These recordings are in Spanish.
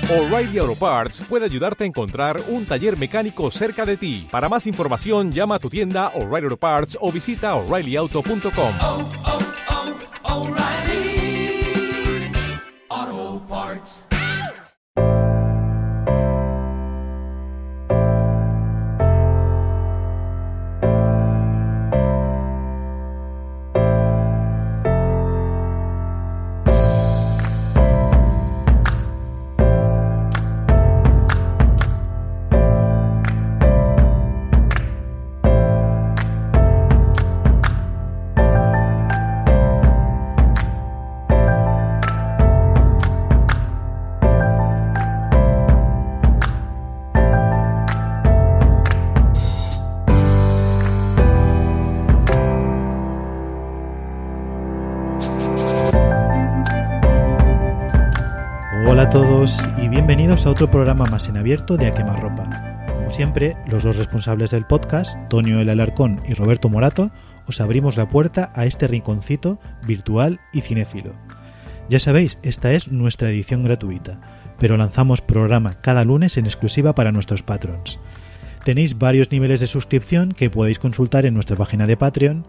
O'Reilly Auto Parts puede ayudarte a encontrar un taller mecánico cerca de ti. Para más información, llama a tu tienda O'Reilly Auto Parts o visita O'ReillyAuto.com. O'Reilly Auto Parts. Hola a todos y bienvenidos a otro programa más en abierto de A Quemarropa. Como siempre, los dos responsables del podcast, Tonio el Alarcón y Roberto Morato, os abrimos la puerta a este rinconcito virtual y cinéfilo. Ya sabéis, esta es nuestra edición gratuita, pero lanzamos programa cada lunes en exclusiva para nuestros patrons. Tenéis varios niveles de suscripción que podéis consultar en nuestra página de Patreon,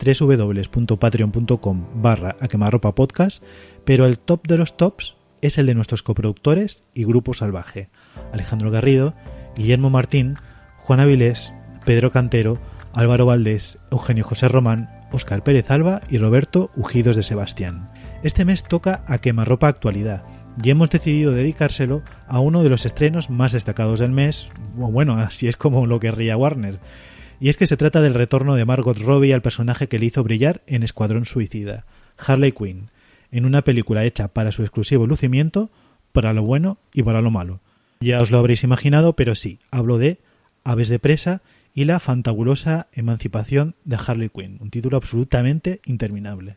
www.patreon.com/aquemarropapodcast, pero el top de los tops es el de nuestros coproductores y Grupo Salvaje: Alejandro Garrido, Guillermo Martín, Juan Avilés, Pedro Cantero, Álvaro Valdés, Eugenio José Román, Óscar Pérez Alba y Roberto Ujidos de Sebastián. Este mes toca A Quemarropa Actualidad y hemos decidido dedicárselo a uno de los estrenos más destacados del mes, o bueno, así es como lo querría Warner. Y es que se trata del retorno de Margot Robbie al personaje que le hizo brillar en Escuadrón Suicida, Harley Quinn, en una película hecha para su exclusivo lucimiento, para lo bueno y para lo malo. Ya os lo habréis imaginado, pero sí, hablo de Aves de presa y la fantabulosa emancipación de Harley Quinn, un título absolutamente interminable.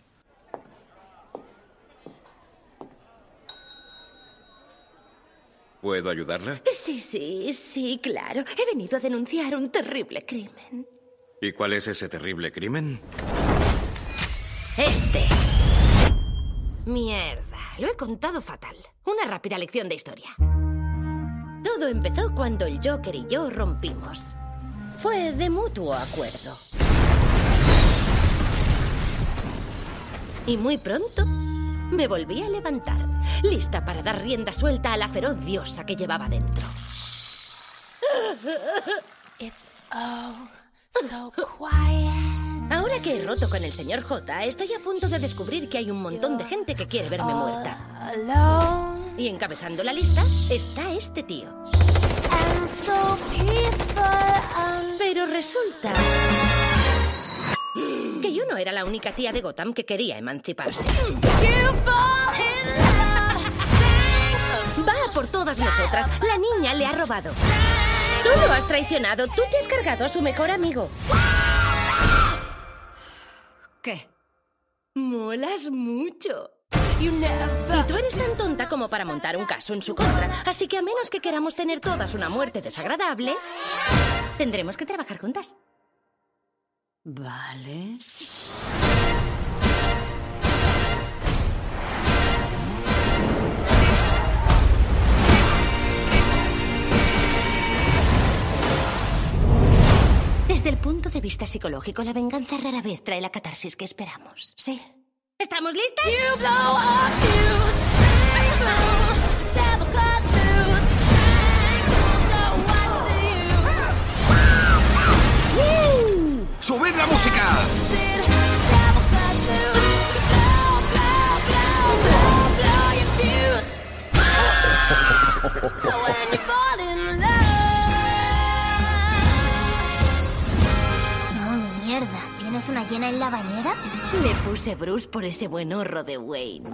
¿Puedo ayudarla? Sí, claro. He venido a denunciar un terrible crimen. ¿Y cuál es ese terrible crimen? Este. Mierda, lo he contado fatal. Una rápida lección de historia. Todo empezó cuando el Joker y yo rompimos. Fue de mutuo acuerdo. Y muy pronto me volví a levantar, lista para dar rienda suelta a la feroz diosa que llevaba dentro. It's so quiet. Ahora que he roto con el señor J, estoy a punto de descubrir que hay un montón de gente que quiere verme muerta. Y encabezando la lista está este tío. Pero resulta que yo no era la única tía de Gotham que quería emanciparse. Va por todas nosotras. La niña le ha robado. Tú lo has traicionado. Tú te has cargado a su mejor amigo. ¿Qué? Molas mucho. Y tú eres tan tonta como para montar un caso en su contra. Así que a menos que queramos tener todas una muerte desagradable, tendremos que trabajar juntas. Vale. Desde el punto de vista psicológico, la venganza rara vez trae la catarsis que esperamos. Sí. ¿Estamos listas? You blow up fuse. Devil cuts loose. So what's the use? ¡Subid la música! Devil cuts loose. Blow your fuse. When you fall in love. Mierda, ¿tienes una llena en la bañera? Le puse Bruce por ese buen horro de Wayne.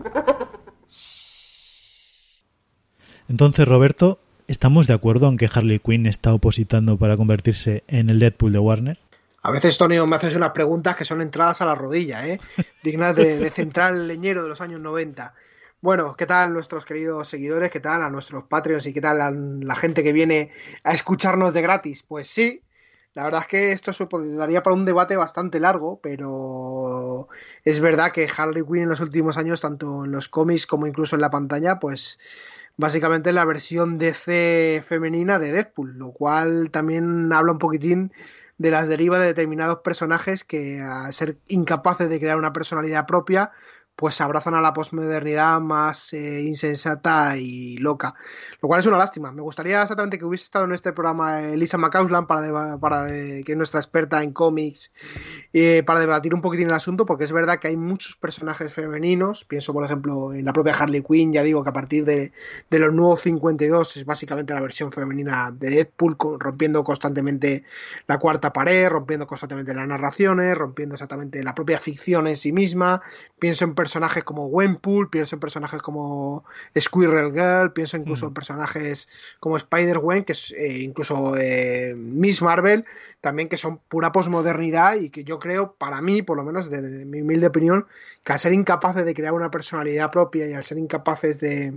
Entonces, Roberto, ¿estamos de acuerdo en que Harley Quinn está opositando para convertirse en el Deadpool de Warner? A veces, Tonio, me haces unas preguntas que son entradas a la rodilla, dignas de central leñero de los años 90. Bueno, ¿qué tal nuestros queridos seguidores? ¿Qué tal a nuestros Patreons? ¿Y qué tal a la gente que viene a escucharnos de gratis? Pues sí, la verdad es que esto se daría para un debate bastante largo, pero es verdad que Harley Quinn en los últimos años, tanto en los cómics como incluso en la pantalla, pues básicamente la versión DC femenina de Deadpool, lo cual también habla un poquitín de las derivas de determinados personajes que, a ser incapaces de crear una personalidad propia, pues se abrazan a la posmodernidad más insensata y loca, lo cual es una lástima. Me gustaría exactamente que hubiese estado en este programa Elisa McCausland que es nuestra experta en cómics, para debatir un poquitín el asunto, porque es verdad que hay muchos personajes femeninos. Pienso, por ejemplo, en la propia Harley Quinn. Ya digo que a partir de los nuevos 52 es básicamente la versión femenina de Deadpool, rompiendo constantemente la cuarta pared, rompiendo constantemente las narraciones, rompiendo exactamente la propia ficción en sí misma. Pienso en personajes como Gwenpool, pienso en personajes como Squirrel Girl, pienso incluso en personajes como Spider-Gwen, que es incluso Miss Marvel, también, que son pura posmodernidad, y que yo creo, para mí, por lo menos de mi humilde opinión, que al ser incapaces de crear una personalidad propia y al ser incapaces de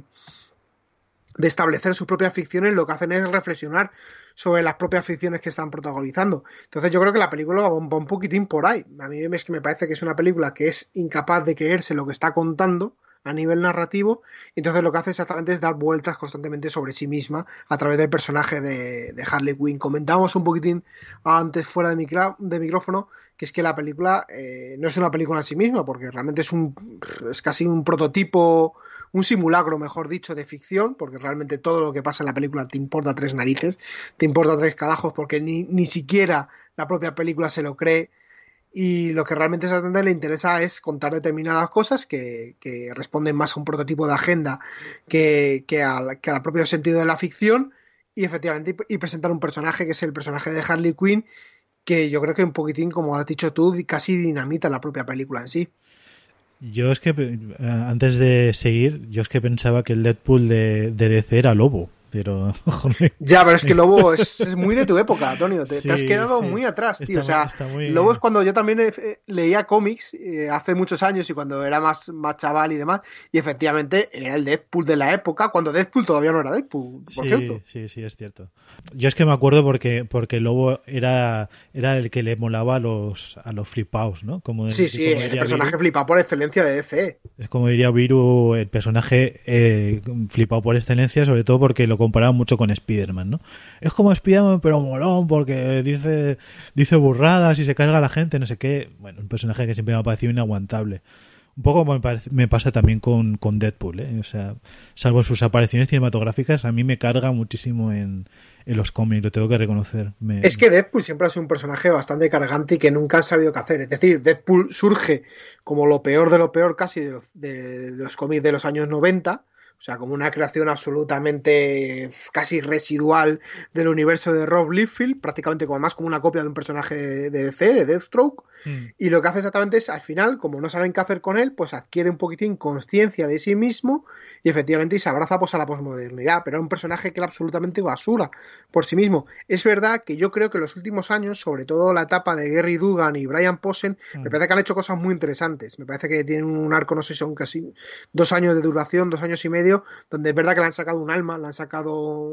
establecer sus propias ficciones, lo que hacen es reflexionar sobre las propias ficciones que están protagonizando. Entonces yo creo que la película va un poquitín por ahí. A mí es que me parece que es una película que es incapaz de creerse lo que está contando a nivel narrativo, y entonces lo que hace exactamente es dar vueltas constantemente sobre sí misma a través del personaje de Harley Quinn. Comentábamos un poquitín antes fuera de micrófono que es que la película no es una película en sí misma, porque realmente es casi un prototipo, un simulacro, mejor dicho, de ficción, porque realmente todo lo que pasa en la película te importa tres narices, te importa tres carajos, porque ni siquiera la propia película se lo cree, y lo que realmente le interesa es contar determinadas cosas que responden más a un prototipo de agenda que al propio sentido de la ficción, y efectivamente y presentar un personaje que es el personaje de Harley Quinn, que yo creo que un poquitín, como has dicho tú, casi dinamita la propia película en sí. Yo es que, antes de seguir, yo es que pensaba que el Deadpool de DC era Lobo, pero... Ya, pero es que Lobo es muy de tu época, Antonio. Te has quedado muy atrás, tío. Está, o sea, Lobo es cuando yo también leía cómics hace muchos años, y cuando era más chaval y demás, y efectivamente era el Deadpool de la época, cuando Deadpool todavía no era Deadpool, por cierto. Sí, es cierto. Yo es que me acuerdo porque Lobo era el que le molaba a los flipaos, ¿no? Como el personaje Viru, flipado por excelencia de DC. Es como diría Viru, el personaje flipado por excelencia, sobre todo porque lo comparaba mucho con Spider-Man, ¿no? Es como Spider-Man, pero molón, porque dice burradas y se carga a la gente, no sé qué. Bueno, un personaje que siempre me ha parecido inaguantable. Un poco me pasa también con Deadpool, ¿eh? O sea, salvo sus apariciones cinematográficas, a mí me carga muchísimo en los cómics, lo tengo que reconocer. Es que Deadpool siempre ha sido un personaje bastante cargante y que nunca han sabido qué hacer. Es decir, Deadpool surge como lo peor de lo peor casi de los cómics de los años 90, o sea, como una creación absolutamente casi residual del universo de Rob Liefeld, prácticamente como una copia de un personaje de DC, de Deathstroke, y lo que hace exactamente es, al final, como no saben qué hacer con él, pues adquiere un poquitín conciencia de sí mismo y efectivamente se abraza pues a la posmodernidad, pero era un personaje que era absolutamente basura por sí mismo. Es verdad que yo creo que en los últimos años, sobre todo la etapa de Gary Duggan y Brian Posehn, me parece que han hecho cosas muy interesantes. Me parece que tienen un arco, no sé si son casi 2 años de duración, 2 años y medio, donde es verdad que le han sacado un alma, le han sacado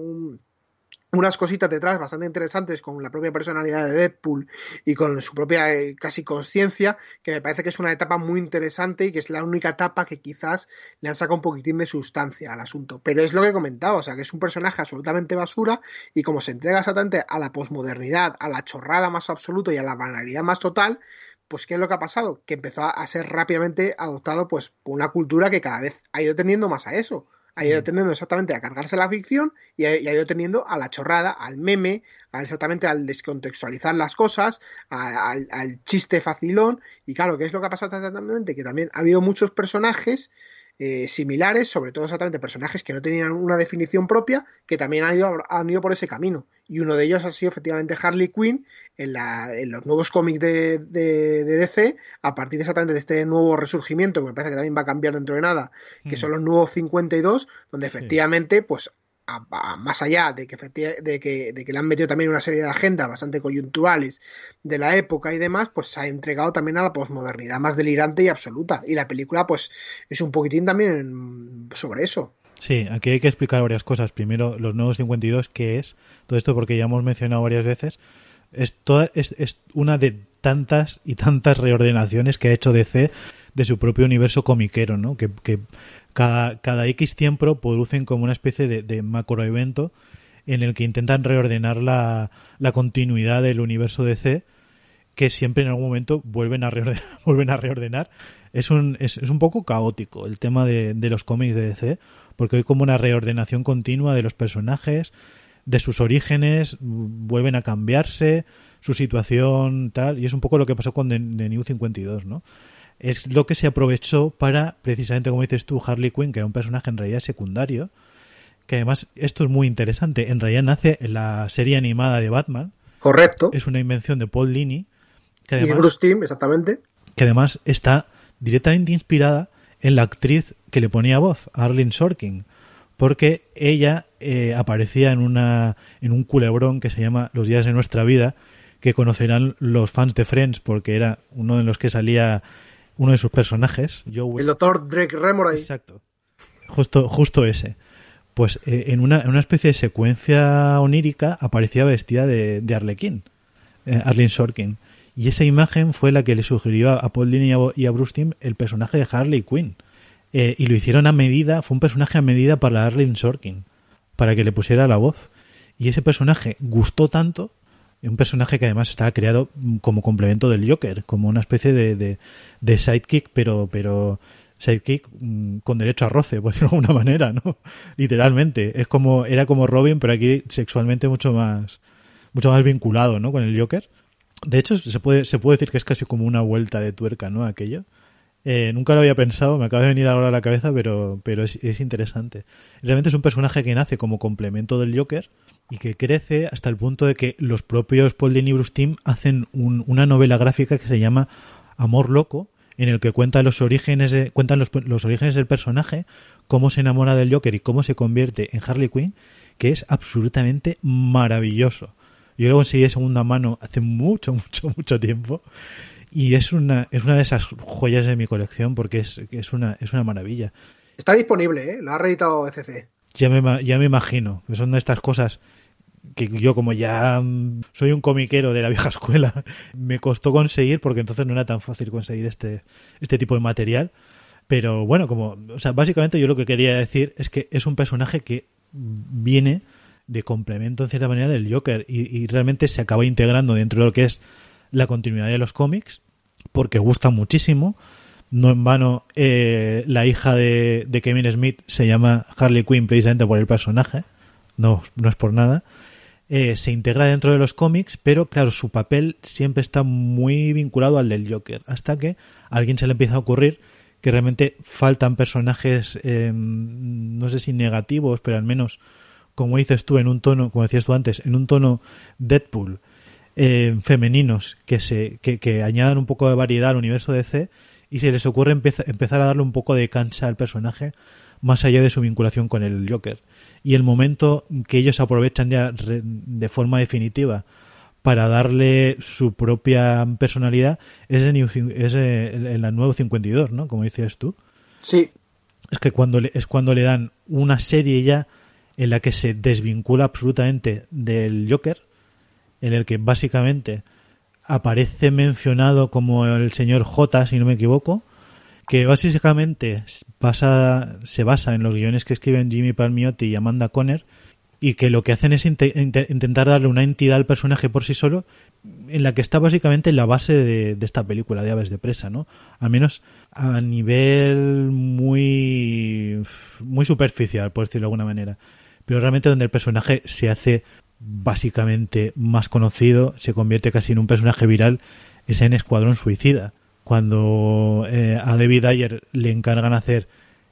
unas cositas detrás bastante interesantes con la propia personalidad de Deadpool y con su propia casi conciencia, que me parece que es una etapa muy interesante y que es la única etapa que quizás le han sacado un poquitín de sustancia al asunto. Pero es lo que comentaba, o sea, que es un personaje absolutamente basura, y como se entrega exactamente a la posmodernidad, a la chorrada más absoluta y a la banalidad más total, pues ¿qué es lo que ha pasado? Que empezó a ser rápidamente adoptado pues por una cultura que cada vez ha ido tendiendo más a eso. Ha ido tendiendo exactamente a cargarse la ficción y ha ido tendiendo a la chorrada, al meme, exactamente al descontextualizar las cosas, al chiste facilón. Y claro, ¿qué es lo que ha pasado exactamente? Que también ha habido muchos personajes similares, sobre todo exactamente personajes que no tenían una definición propia, que también han ido por ese camino. Y uno de ellos ha sido efectivamente Harley Quinn en los nuevos cómics de DC, a partir exactamente de este nuevo resurgimiento, que me parece que también va a cambiar dentro de nada, que son los nuevos 52, donde efectivamente, pues más allá de que le han metido también una serie de agendas bastante coyunturales de la época y demás, pues se ha entregado también a la posmodernidad más delirante y absoluta, y la película pues es un poquitín también sobre eso. Sí, aquí hay que explicar varias cosas. Primero, los nuevos 52, ¿qué es? Todo esto porque ya hemos mencionado varias veces. Es una de tantas y tantas reordenaciones que ha hecho DC de su propio universo comiquero, ¿no? Que cada X tiempo producen como una especie de macroevento en el que intentan reordenar la continuidad del universo DC, que siempre en algún momento vuelven a reordenar. Es un poco caótico el tema de los cómics de DC, porque hay como una reordenación continua de los personajes, de sus orígenes, vuelven a cambiarse, su situación, tal, y es un poco lo que pasó con The New 52, ¿no? Es lo que se aprovechó para, precisamente como dices tú, Harley Quinn, que era un personaje en realidad secundario, que además, esto es muy interesante, en realidad nace en la serie animada de Batman. Correcto. Es una invención de Paul Dini. Que además, y Bruce Timm, exactamente. Que además está directamente inspirada en la actriz que le ponía voz, Arlene Sorkin, porque ella aparecía en un culebrón que se llama Los días de nuestra vida, que conocerán los fans de Friends, porque era uno de los que salía uno de sus personajes, Joey. El doctor Drake Remoray. Exacto. Justo ese. Pues en una especie de secuencia onírica aparecía vestida de Arlequín, Arlene Sorkin. Y esa imagen fue la que le sugirió a Paul Dini y a Bruce Timm el personaje de Harley Quinn. Y lo hicieron a medida, fue un personaje a medida para Arlene Sorkin, para que le pusiera la voz. Y ese personaje gustó tanto, un personaje que además estaba creado como complemento del Joker, como una especie de sidekick, pero sidekick con derecho a roce, por decirlo de alguna manera, ¿no? Literalmente. Era como Robin, pero aquí sexualmente mucho más vinculado, ¿no? Con el Joker. De hecho, se puede decir que es casi como una vuelta de tuerca, ¿no? Aquello. Nunca lo había pensado, me acaba de venir ahora a la cabeza, pero es interesante. Realmente es un personaje que nace como complemento del Joker y que crece hasta el punto de que los propios Paul Dini y Bruce Timm hacen una novela gráfica que se llama Amor Loco, en el que cuentan los orígenes del personaje, cómo se enamora del Joker y cómo se convierte en Harley Quinn, que es absolutamente maravilloso. Yo lo conseguí de segunda mano hace mucho tiempo y es una de esas joyas de mi colección porque es una maravilla. Está disponible, ¿eh? Lo ha reeditado ECC. Ya me imagino, que son de estas cosas que yo, como ya soy un comiquero de la vieja escuela, me costó conseguir porque entonces no era tan fácil conseguir este tipo de material. Pero bueno, básicamente yo lo que quería decir es que es un personaje que viene de complemento en cierta manera del Joker y realmente se acaba integrando dentro de lo que es la continuidad de los cómics porque gusta muchísimo. No en vano la hija de Kevin Smith se llama Harley Quinn precisamente por el personaje, no es por nada. Se integra dentro de los cómics, pero claro, su papel siempre está muy vinculado al del Joker, hasta que a alguien se le empieza a ocurrir que realmente faltan personajes, no sé si negativos, pero al menos, como dices tú, en un tono, como decías tú antes, en un tono Deadpool, femeninos, que añadan un poco de variedad al universo DC, y se les ocurre empezar a darle un poco de cancha al personaje más allá de su vinculación con el Joker. Y el momento que ellos aprovechan ya de forma definitiva para darle su propia personalidad es en la nueva 52, ¿no? Como decías tú. Sí. Es cuando le dan una serie ya en la que se desvincula absolutamente del Joker, en el que básicamente aparece mencionado como el señor J, si no me equivoco, que básicamente se basa en los guiones que escriben Jimmy Palmiotti y Amanda Conner, y que lo que hacen es intentar darle una entidad al personaje por sí solo, en la que está básicamente la base de esta película de Aves de Presa, ¿no? Al menos a nivel muy superficial, por decirlo de alguna manera. Pero realmente donde el personaje se hace básicamente más conocido, se convierte casi en un personaje viral, es en Escuadrón Suicida, cuando a David Ayer le encargan hacer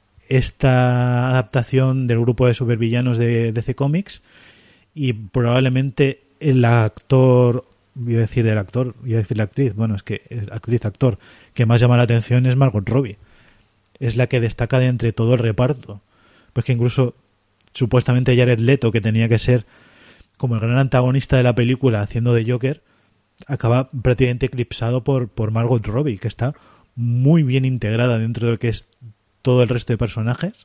esta adaptación del grupo de supervillanos de DC Comics, y probablemente el actor, iba a decir la actriz, bueno, es que actor que más llama la atención es Margot Robbie. Es la que destaca de entre todo el reparto, pues que incluso supuestamente Jared Leto, que tenía que ser como el gran antagonista de la película haciendo de Joker, acaba prácticamente eclipsado por Margot Robbie, que está muy bien integrada dentro de lo que es todo el resto de personajes.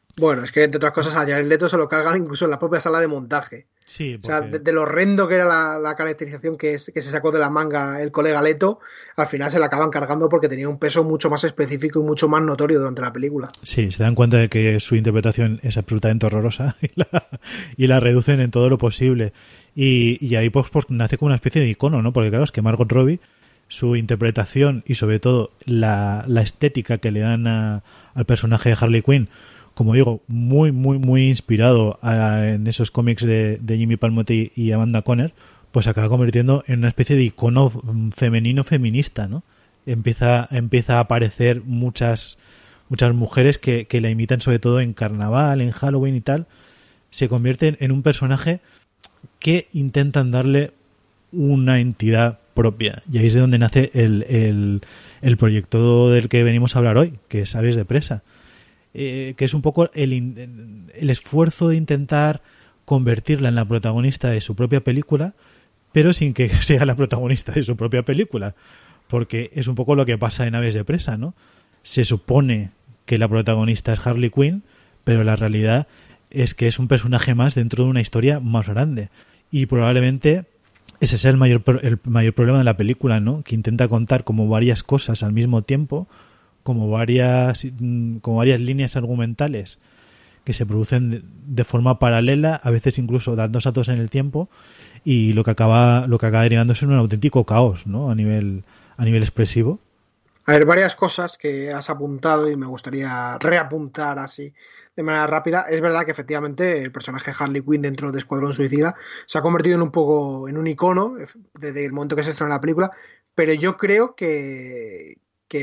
Bueno, es que entre otras cosas a Jared Leto se lo cargan incluso en la propia sala de montaje. Sí, O sea, porque... de lo horrendo que era la caracterización que se sacó de la manga el colega Leto, al final se la acaban cargando porque tenía un peso mucho más específico y mucho más notorio durante la película. Sí, se dan cuenta de que su interpretación es absolutamente horrorosa y la reducen en todo lo posible. Y ahí pues nace como una especie de icono, ¿no? Porque claro, es que Margot Robbie, su interpretación y sobre todo la estética que le dan al personaje de Harley Quinn, como digo, muy inspirado en esos cómics de Jimmy Palmiotti y Amanda Conner, pues se acaba convirtiendo en una especie de icono femenino feminista, ¿no? Empieza a aparecer muchas mujeres que la imitan, sobre todo en carnaval, en Halloween y tal. Se convierten en un personaje que intentan darle una entidad propia. Y ahí es de donde nace el proyecto del que venimos a hablar hoy, que es Aves de Presa. Que es un poco el esfuerzo de intentar convertirla en la protagonista de su propia película, pero sin que sea la protagonista de su propia película, porque es un poco lo que pasa en Aves de Presa, ¿no? Se supone que la protagonista es Harley Quinn, pero la realidad es que es un personaje más dentro de una historia más grande, y probablemente ese sea el mayor problema de la película, ¿no? Que intenta contar como varias cosas al mismo tiempo, como varias líneas argumentales que se producen de forma paralela, a veces incluso dando saltos en el tiempo, y lo que acaba derivándose en un auténtico caos, ¿no? A nivel expresivo. A ver, varias cosas que has apuntado y me gustaría reapuntar así de manera rápida. Es verdad que efectivamente el personaje Harley Quinn dentro de Escuadrón Suicida se ha convertido en un icono desde el momento que se estrenó la película, pero yo creo que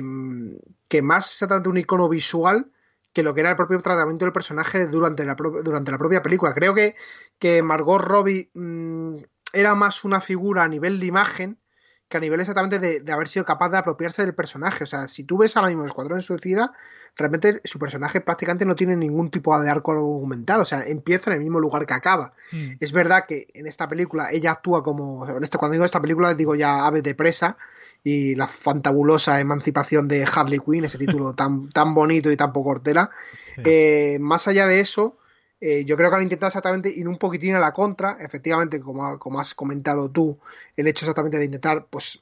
más exactamente un icono visual que lo que era el propio tratamiento del personaje durante la propia película. Creo que Margot Robbie era más una figura a nivel de imagen que a nivel exactamente de haber sido capaz de apropiarse del personaje. O sea, si tú ves ahora mismo Escuadrón Suicida, realmente su personaje prácticamente no tiene ningún tipo de arco argumental. O sea, empieza en el mismo lugar que acaba. Es verdad que en esta película ella actúa como... Cuando digo esta película digo ya Aves de Presa y la fantabulosa emancipación de Harley Quinn, ese título tan bonito y tan poco hortera. Sí. Más allá de eso, yo creo que han intentado exactamente ir un poquitín a la contra, efectivamente, como has comentado tú, el hecho exactamente de intentar pues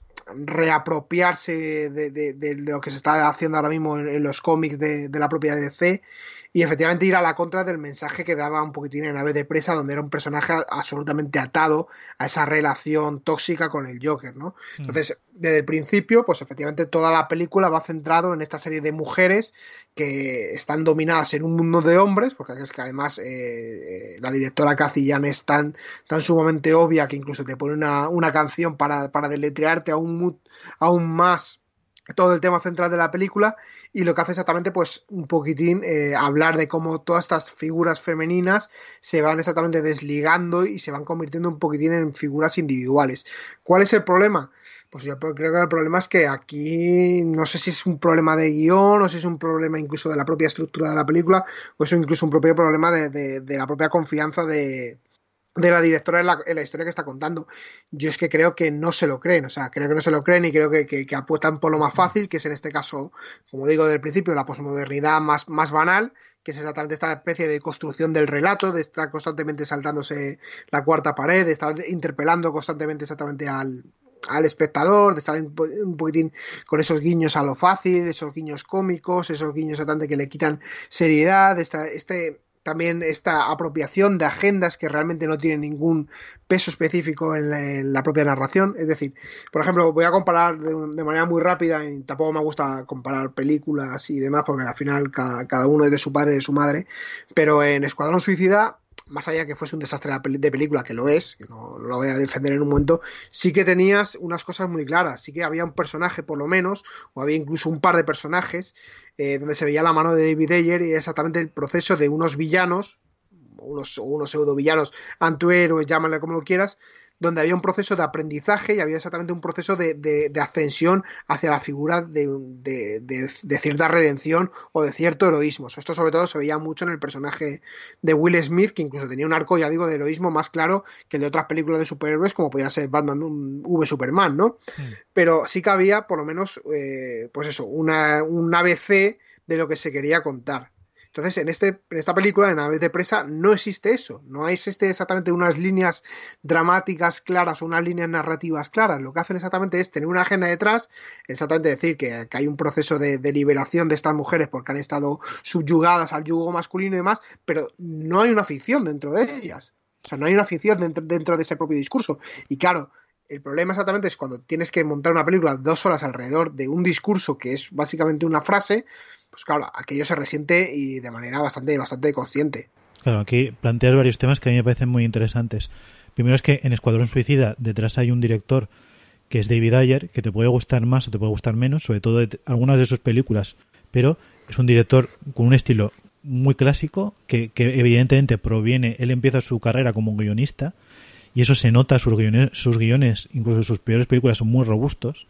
reapropiarse de lo que se está haciendo ahora mismo en los cómics de la propia DC, y efectivamente ir a la contra del mensaje que daba un poquitín en Aves de Presa, donde era un personaje absolutamente atado a esa relación tóxica con el Joker, ¿no? Entonces, desde el principio, pues efectivamente toda la película va centrado en esta serie de mujeres que están dominadas en un mundo de hombres, porque es que además la directora Cathy Yan es tan sumamente obvia que incluso te pone una canción para deletrearte aún más todo el tema central de la película, y lo que hace exactamente pues un poquitín hablar de cómo todas estas figuras femeninas se van exactamente desligando y se van convirtiendo un poquitín en figuras individuales. ¿Cuál es el problema? Pues yo creo que el problema es que aquí no sé si es un problema de guión o si es un problema incluso de la propia estructura de la película, o es incluso un propio problema de la propia confianza de la directora en la historia que está contando. Yo es que creo que no se lo creen, o sea, creo que no se lo creen y creo que apuestan por lo más fácil, que es en este caso, como digo desde el principio, la posmodernidad más banal, que es exactamente esta especie de construcción del relato, de estar constantemente saltándose la cuarta pared, de estar interpelando constantemente exactamente al espectador, de estar un poquitín con esos guiños a lo fácil, esos guiños cómicos, esos guiños exactamente que le quitan seriedad, también esta apropiación de agendas que realmente no tienen ningún peso específico en la propia narración. Es decir, por ejemplo, voy a comparar de manera muy rápida, y tampoco me gusta comparar películas y demás, porque al final cada uno es de su padre y de su madre, pero en Escuadrón Suicida, más allá que fuese un desastre de película, que lo es, que no lo voy a defender en un momento, sí que tenías unas cosas muy claras, sí que había un personaje por lo menos, o había incluso un par de personajes, donde se veía la mano de David Ayer y exactamente el proceso de unos villanos, unos pseudo villanos, antihéroes, llámale como lo quieras, donde había un proceso de aprendizaje y había exactamente un proceso de ascensión hacia la figura de cierta redención o de cierto heroísmo. Esto sobre todo se veía mucho en el personaje de Will Smith, que incluso tenía un arco, ya digo, de heroísmo más claro que el de otras películas de superhéroes, como podía ser Batman v Superman, ¿no? Pero sí que había, por lo menos, pues eso, un ABC de lo que se quería contar. Entonces, en esta película, en Aves de presa, no existe eso. No existe exactamente unas líneas dramáticas claras o unas líneas narrativas claras. Lo que hacen exactamente es tener una agenda detrás, exactamente decir que hay un proceso de liberación de estas mujeres porque han estado subyugadas al yugo masculino y demás, pero no hay una ficción dentro de ellas. O sea, no hay una ficción dentro de ese propio discurso. Y claro, el problema exactamente es cuando tienes que montar una película 2 horas alrededor de un discurso que es básicamente una frase, pues claro, aquello se resiente y de manera bastante consciente. Claro, aquí planteas varios temas que a mí me parecen muy interesantes. Primero es que en Escuadrón Suicida detrás hay un director que es David Ayer, que te puede gustar más o te puede gustar menos, sobre todo de algunas de sus películas, pero es un director con un estilo muy clásico que evidentemente proviene, él empieza su carrera como guionista y eso se nota, sus guiones, incluso sus peores películas son muy robustos,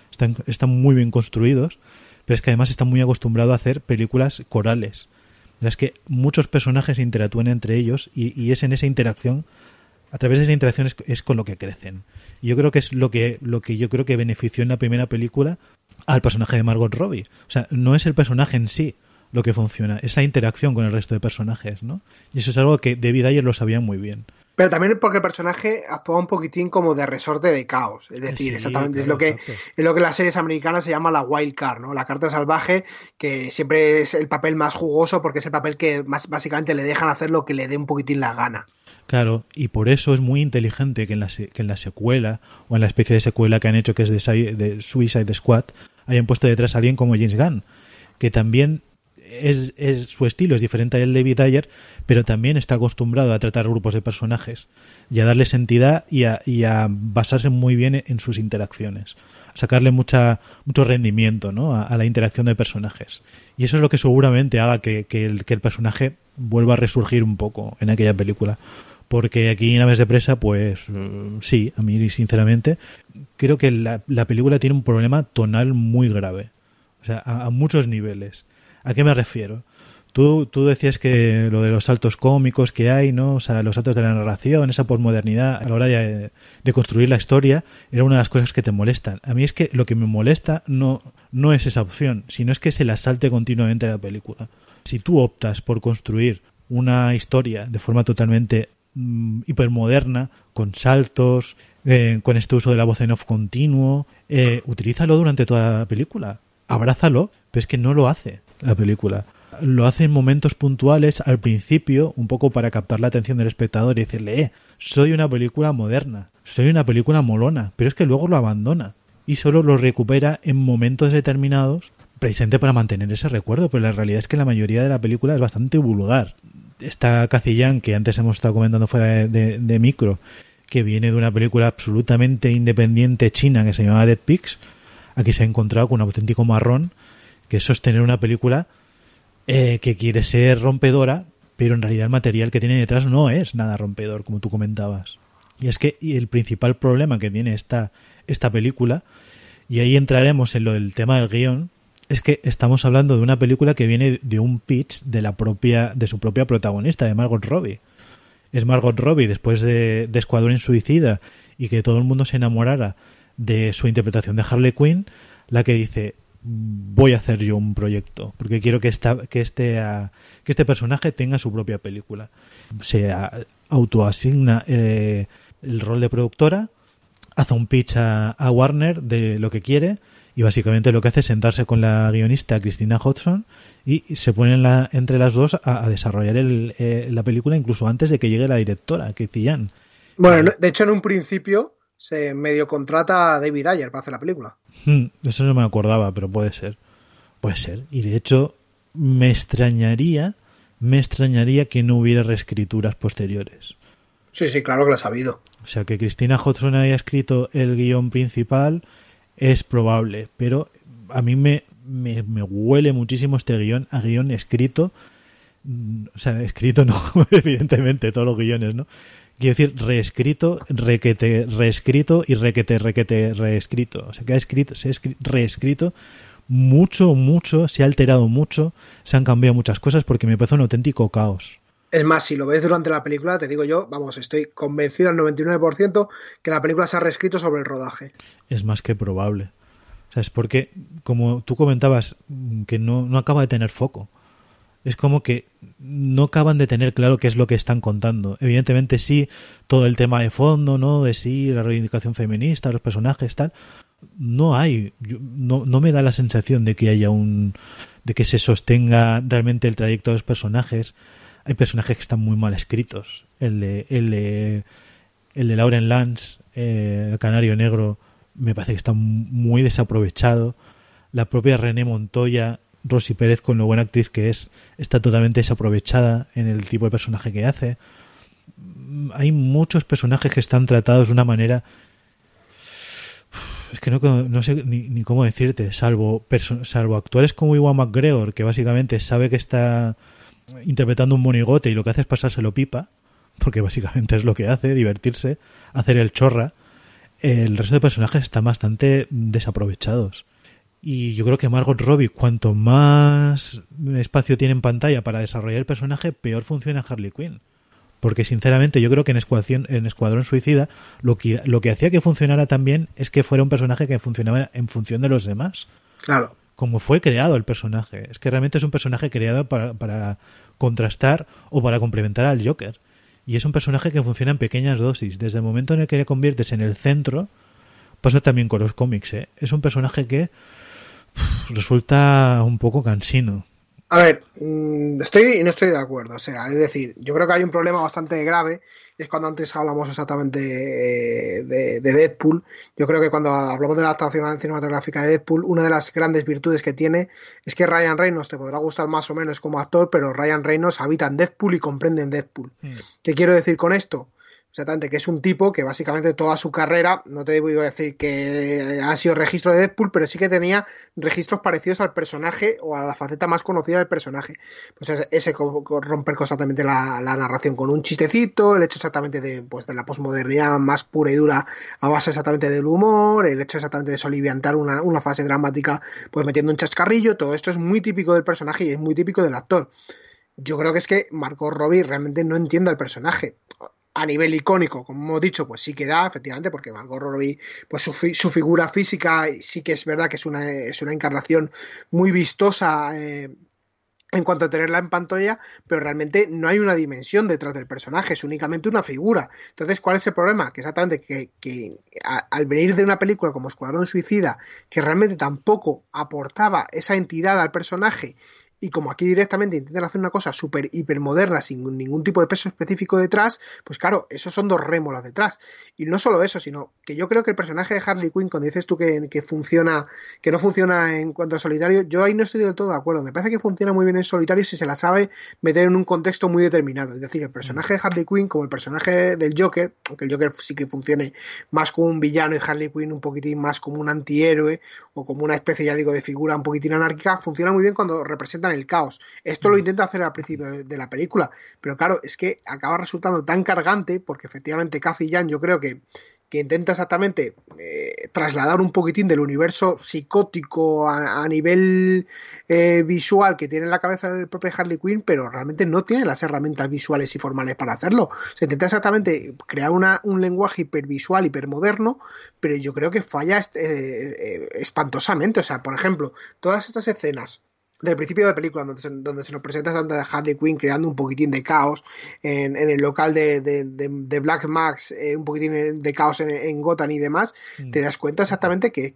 están muy bien construidos, pero es que además está muy acostumbrado a hacer películas corales, en las que muchos personajes interactúan entre ellos y es en esa interacción, a través de esa interacción es con lo que crecen. Y yo creo que es lo que yo creo que benefició en la primera película al personaje de Margot Robbie. O sea, no es el personaje en sí lo que funciona, es la interacción con el resto de personajes, ¿no? Y eso es algo que David Ayer lo sabía muy bien. Pero también porque el personaje actúa un poquitín como de resorte de caos. Es decir, Sí, exactamente, claro, es lo que en las series americanas se llama la wild card, ¿no? La carta salvaje, que siempre es el papel más jugoso porque es el papel que más básicamente le dejan hacer lo que le dé un poquitín la gana. Claro, y por eso es muy inteligente que en la secuela, o en la especie de secuela que han hecho, que es de Suicide Squad, hayan puesto detrás a alguien como James Gunn, que también es su estilo es diferente al de David Ayer, pero también está acostumbrado a tratar grupos de personajes y a darles entidad y a basarse muy bien en sus interacciones, a sacarle mucho rendimiento, ¿no? a la interacción de personajes. Y eso es lo que seguramente haga que el personaje vuelva a resurgir un poco en aquella película. Porque aquí en Aves de presa, pues sí, a mí sinceramente creo que la película tiene un problema tonal muy grave, o sea, a muchos niveles. ¿A qué me refiero? Tú decías que lo de los saltos cómicos que hay, ¿no? O sea, los saltos de la narración, esa posmodernidad a la hora de construir la historia, era una de las cosas que te molestan. A mí es que lo que me molesta no es esa opción, sino es que se la salte continuamente la película. Si tú optas por construir una historia de forma totalmente hipermoderna, con saltos, con este uso de la voz en off continuo, utilízalo durante toda la película, abrázalo, pero es que no lo hace la película. Lo hace en momentos puntuales al principio, un poco para captar la atención del espectador y decirle, soy una película moderna, soy una película molona, pero es que luego lo abandona y solo lo recupera en momentos determinados, precisamente para mantener ese recuerdo, pero la realidad es que la mayoría de la película es bastante vulgar. Está Cathy Yan, que antes hemos estado comentando fuera de micro, que viene de una película absolutamente independiente china que se llamaba Dead Pigs. Aquí se ha encontrado con un auténtico marrón, que es sostener una película que quiere ser rompedora, pero en realidad el material que tiene detrás no es nada rompedor, como tú comentabas. Y es que el principal problema que tiene esta película, y ahí entraremos en lo del tema del guión, es que estamos hablando de una película que viene de un pitch de su propia protagonista, de Margot Robbie. Es Margot Robbie, después de Escuadrón Suicida, y que todo el mundo se enamorara de su interpretación de Harley Quinn, la que dice, voy a hacer yo un proyecto, porque quiero que este personaje tenga su propia película. Se autoasigna el rol de productora, hace un pitch a Warner de lo que quiere, y básicamente lo que hace es sentarse con la guionista Christina Hodson y se ponen entre las dos a desarrollar la película, incluso antes de que llegue la directora, Cathy Yan. Bueno, de hecho en un principio se medio contrata a David Ayer para hacer la película. Eso no me acordaba, pero puede ser. Y de hecho me extrañaría que no hubiera reescrituras posteriores. Sí, claro que lo ha sabido. O sea, que Christina Hodson haya escrito el guión principal es probable, pero a mí me huele muchísimo este guión a guión escrito. O sea, escrito no, evidentemente, todos los guiones, ¿no? Quiero decir, reescrito, reescrito y reescrito. O sea, que se ha reescrito mucho, se ha alterado mucho, se han cambiado muchas cosas porque me parece un auténtico caos. Es más, si lo ves durante la película, te digo yo, vamos, estoy convencido al 99% que la película se ha reescrito sobre el rodaje. Es más que probable. O sea, es porque, como tú comentabas, que no acaba de tener foco. Es como que no acaban de tener claro qué es lo que están contando. Evidentemente sí, todo el tema de fondo, ¿no? De sí, la reivindicación feminista, los personajes, tal. No hay, no me da la sensación de que haya de que se sostenga realmente el trayecto de los personajes. Hay personajes que están muy mal escritos. El de Lauren Lance, el Canario Negro, me parece que está muy desaprovechado. La propia René Montoya, Rosy Pérez, con lo buena actriz que es, está totalmente desaprovechada en el tipo de personaje que hace. Hay muchos personajes que están tratados de una manera, es que no sé ni cómo decirte, salvo actores como Ewan McGregor, que básicamente sabe que está interpretando un monigote y lo que hace es pasárselo pipa, porque básicamente es lo que hace, divertirse, hacer el chorra. El resto de personajes están bastante desaprovechados. Y yo creo que Margot Robbie, cuanto más espacio tiene en pantalla para desarrollar el personaje, peor funciona Harley Quinn. Porque sinceramente yo creo que en Escuadrón Suicida lo que hacía que funcionara tan bien es que fuera un personaje que funcionaba en función de los demás. Claro. Como fue creado el personaje. Es que realmente es un personaje creado para contrastar o para complementar al Joker. Y es un personaje que funciona en pequeñas dosis. Desde el momento en el que le conviertes en el centro, pasa también con los cómics, ¿eh? Es un personaje que resulta un poco cansino. A ver, estoy y no estoy de acuerdo. O sea, es decir, yo creo que hay un problema bastante grave. Es cuando antes hablamos exactamente de Deadpool. Yo creo que cuando hablamos de la adaptación cinematográfica de Deadpool, una de las grandes virtudes que tiene es que Ryan Reynolds te podrá gustar más o menos como actor, pero Ryan Reynolds habita en Deadpool y comprende en Deadpool. ¿Qué quiero decir con esto? Exactamente, que es un tipo que básicamente toda su carrera, no te voy a decir que ha sido registro de Deadpool, pero sí que tenía registros parecidos al personaje o a la faceta más conocida del personaje. Pues ese romper constantemente la narración con un chistecito, el hecho exactamente de la posmodernidad más pura y dura a base exactamente del humor, el hecho exactamente de soliviantar una fase dramática pues metiendo un chascarrillo, todo esto es muy típico del personaje y es muy típico del actor. Yo creo que es que Margot Robbie realmente no entiende al personaje. A nivel icónico, como hemos dicho, pues sí que da, efectivamente, porque Margot Robbie, pues su figura física sí que es verdad que es una encarnación muy vistosa en cuanto a tenerla en pantalla, pero realmente no hay una dimensión detrás del personaje, es únicamente una figura. Entonces, ¿cuál es el problema? Que exactamente que al venir de una película como Escuadrón Suicida, que realmente tampoco aportaba esa entidad al personaje, y como aquí directamente intentan hacer una cosa súper hipermoderna sin ningún tipo de peso específico detrás, pues claro, esos son dos rémoras detrás. Y no solo eso, sino que yo creo que el personaje de Harley Quinn, cuando dices tú que funciona, que no funciona en cuanto a solitario, yo ahí no estoy del todo de acuerdo. Me parece que funciona muy bien en solitario si se la sabe meter en un contexto muy determinado. Es decir, el personaje de Harley Quinn, como el personaje del Joker, aunque el Joker sí que funcione más como un villano y Harley Quinn un poquitín más como un antihéroe o como una especie, ya digo, de figura un poquitín anárquica, funciona muy bien cuando representan el caos. Esto lo intenta hacer al principio de la película, pero claro, es que acaba resultando tan cargante porque efectivamente Cathy Yan yo creo que intenta exactamente trasladar un poquitín del universo psicótico a nivel visual que tiene en la cabeza del propio Harley Quinn, pero realmente no tiene las herramientas visuales y formales para hacerlo. Se intenta exactamente crear un lenguaje hipervisual, hipermoderno, pero yo creo que falla espantosamente. O sea, por ejemplo, todas estas escenas del principio de la película donde se nos presenta a Harley Quinn creando un poquitín de caos en el local de Black Max, un poquitín de caos en Gotham y demás, te das cuenta exactamente que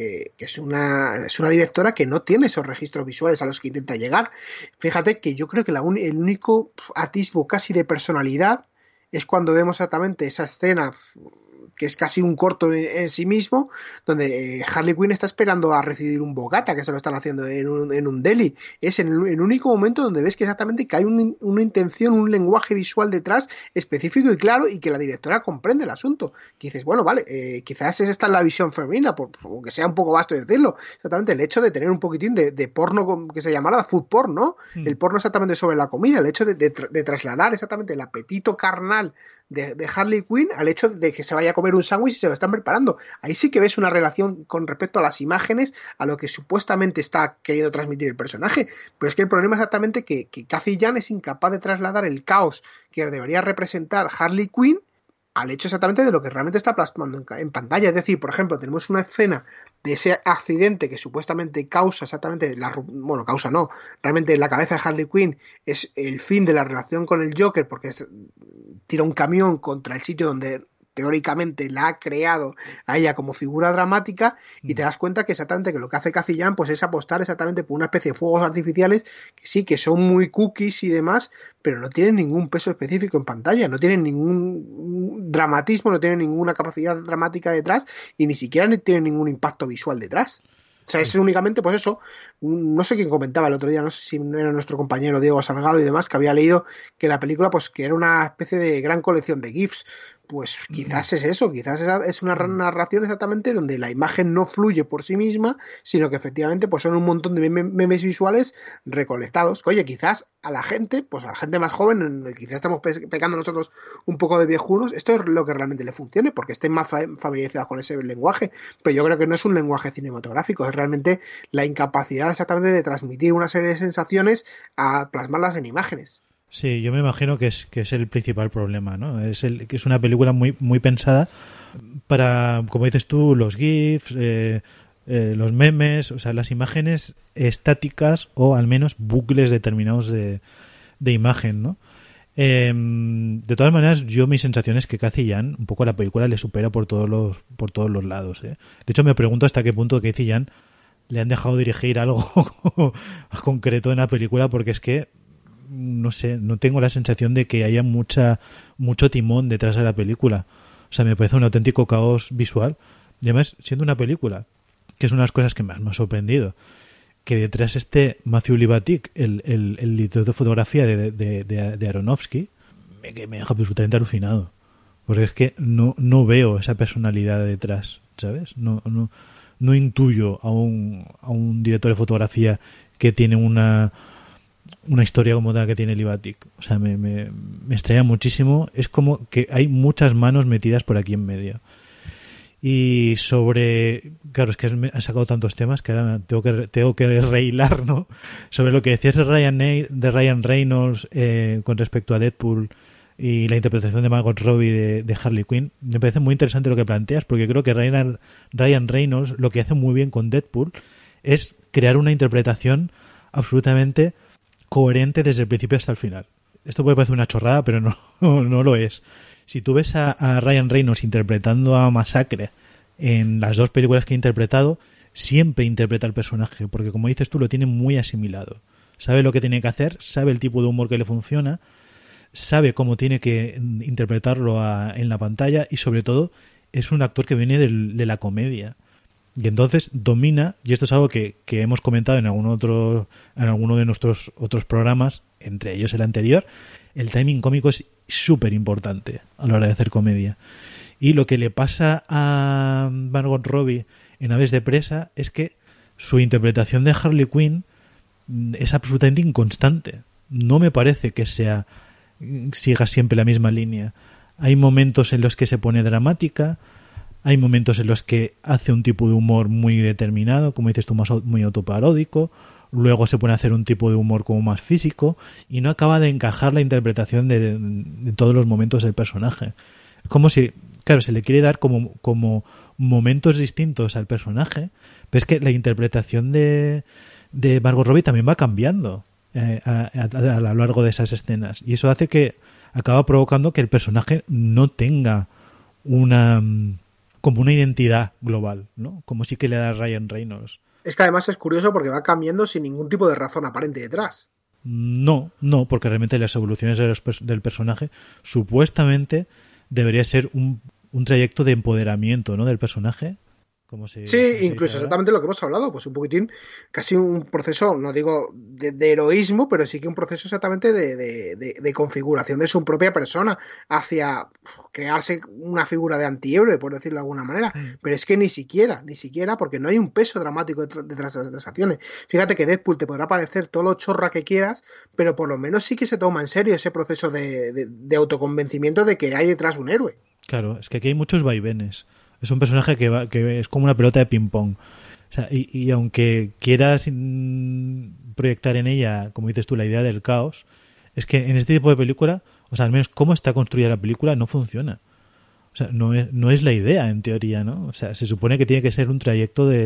es una directora que no tiene esos registros visuales a los que intenta llegar. Fíjate que yo creo que el único atisbo casi de personalidad es cuando vemos exactamente esa escena que es casi un corto en sí mismo, donde Harley Quinn está esperando a recibir un bocata, que se lo están haciendo en un deli. Es el único momento donde ves que exactamente que hay una intención, un lenguaje visual detrás específico y claro, y que la directora comprende el asunto. Que dices, bueno, vale, quizás esta es la visión femenina, aunque sea un poco vasto decirlo. Exactamente, el hecho de tener un poquitín de porno que se llamara food porn, ¿no? El porno exactamente sobre la comida, el hecho de trasladar exactamente el apetito carnal de Harley Quinn al hecho de que se vaya a comer un sándwich y se lo están preparando. Ahí sí que ves una relación con respecto a las imágenes, a lo que supuestamente está queriendo transmitir el personaje. Pero es que el problema es exactamente que Cathy Yan es incapaz de trasladar el caos que debería representar Harley Quinn al hecho exactamente de lo que realmente está plasmando en pantalla. Es decir, por ejemplo, tenemos una escena de ese accidente que supuestamente causa exactamente, bueno, causa no, realmente la cabeza de Harley Quinn es el fin de la relación con el Joker, porque tira un camión contra el sitio donde teóricamente la ha creado a ella como figura dramática, y te das cuenta que exactamente que lo que hace Cathy Yan pues es apostar exactamente por una especie de fuegos artificiales que sí, que son muy cookies y demás, pero no tienen ningún peso específico en pantalla, no tienen ningún dramatismo, no tienen ninguna capacidad dramática detrás y ni siquiera tienen ningún impacto visual detrás. O sea, es únicamente, pues eso, no sé quién comentaba el otro día, no sé si era nuestro compañero Diego Salgado y demás, que había leído que la película, pues que era una especie de gran colección de GIFs. Pues quizás es eso, quizás es una narración exactamente donde la imagen no fluye por sí misma, sino que efectivamente pues son un montón de memes visuales recolectados. Oye, quizás a la gente, pues a la gente más joven, quizás estamos pecando nosotros un poco de viejunos, esto es lo que realmente le funcione, porque estén más familiarizados con ese lenguaje, pero yo creo que no es un lenguaje cinematográfico, es realmente la incapacidad exactamente de transmitir una serie de sensaciones a plasmarlas en imágenes. Sí, yo me imagino que es el principal problema, ¿no? Que es una película muy muy pensada para, como dices tú, los GIFs, los memes, o sea, las imágenes estáticas o al menos bucles determinados de imagen, ¿no? De todas maneras, mi sensación es que Cathy Yan, un poco la película le supera por todos los lados, ¿eh? De hecho, me pregunto hasta qué punto Cathy Yan le han dejado dirigir algo concreto en la película, porque es que no sé, no tengo la sensación de que haya mucho timón detrás de la película. O sea, me parece un auténtico caos visual. Y además, siendo una película, que es una de las cosas que más me ha sorprendido, que detrás esté Matthew Libatic, el director de fotografía de Aronofsky, me deja absolutamente alucinado. Porque es que no veo esa personalidad detrás, ¿sabes? No intuyo a un director de fotografía que tiene una historia como la que tiene Libatic. O sea, me extraña muchísimo. Es como que hay muchas manos metidas por aquí en medio. Y claro, es que has sacado tantos temas que ahora tengo que rehilar, ¿no? Sobre lo que decías de Ryan Reynolds con respecto a Deadpool y la interpretación de Margot Robbie de Harley Quinn. Me parece muy interesante lo que planteas, porque creo que Ryan Reynolds lo que hace muy bien con Deadpool es crear una interpretación absolutamente coherente desde el principio hasta el final. Esto puede parecer una chorrada, pero no lo es. Si tú ves a Ryan Reynolds interpretando a Masacre en las dos películas que ha interpretado, siempre interpreta al personaje, porque como dices tú, lo tiene muy asimilado. Sabe lo que tiene que hacer, sabe el tipo de humor que le funciona, sabe cómo tiene que interpretarlo en la pantalla, y sobre todo es un actor que viene de la comedia. Y entonces domina, y esto es algo que hemos comentado en alguno de nuestros otros programas, entre ellos el anterior, el timing cómico es súper importante a la hora de hacer comedia. Y lo que le pasa a Margot Robbie en Aves de presa es que su interpretación de Harley Quinn es absolutamente inconstante. No me parece que siga siempre la misma línea. Hay momentos en los que se pone dramática, hay momentos en los que hace un tipo de humor muy determinado, como dices tú, muy autoparódico. Luego se pone a hacer un tipo de humor como más físico y no acaba de encajar la interpretación de todos los momentos del personaje. Es como si, claro, se le quiere dar como momentos distintos al personaje, pero es que la interpretación de Margot Robbie también va cambiando a lo largo de esas escenas, y eso hace que acaba provocando que el personaje no tenga como una identidad global, ¿no? Como sí que le da Ryan Reynolds. Es que además es curioso porque va cambiando sin ningún tipo de razón aparente detrás. No, porque realmente las evoluciones del personaje supuestamente debería ser un trayecto de empoderamiento, ¿no?, del personaje. Sí, incluso exactamente lo que hemos hablado, pues un poquitín, casi un proceso, no digo de heroísmo, pero sí que un proceso exactamente de configuración de su propia persona hacia crearse una figura de antihéroe, por decirlo de alguna manera. Pero es que ni siquiera, porque no hay un peso dramático detrás de las acciones. Fíjate que Deadpool te podrá parecer todo lo chorra que quieras, pero por lo menos sí que se toma en serio ese proceso de autoconvencimiento de que hay detrás un héroe. Claro, es que aquí hay muchos vaivenes. Es un personaje que es como una pelota de ping-pong. O sea, y aunque quieras proyectar en ella, como dices tú, la idea del caos, es que en este tipo de película, o sea, al menos cómo está construida la película, no funciona. O sea, no es la idea, en teoría, ¿no? O sea, se supone que tiene que ser un trayecto de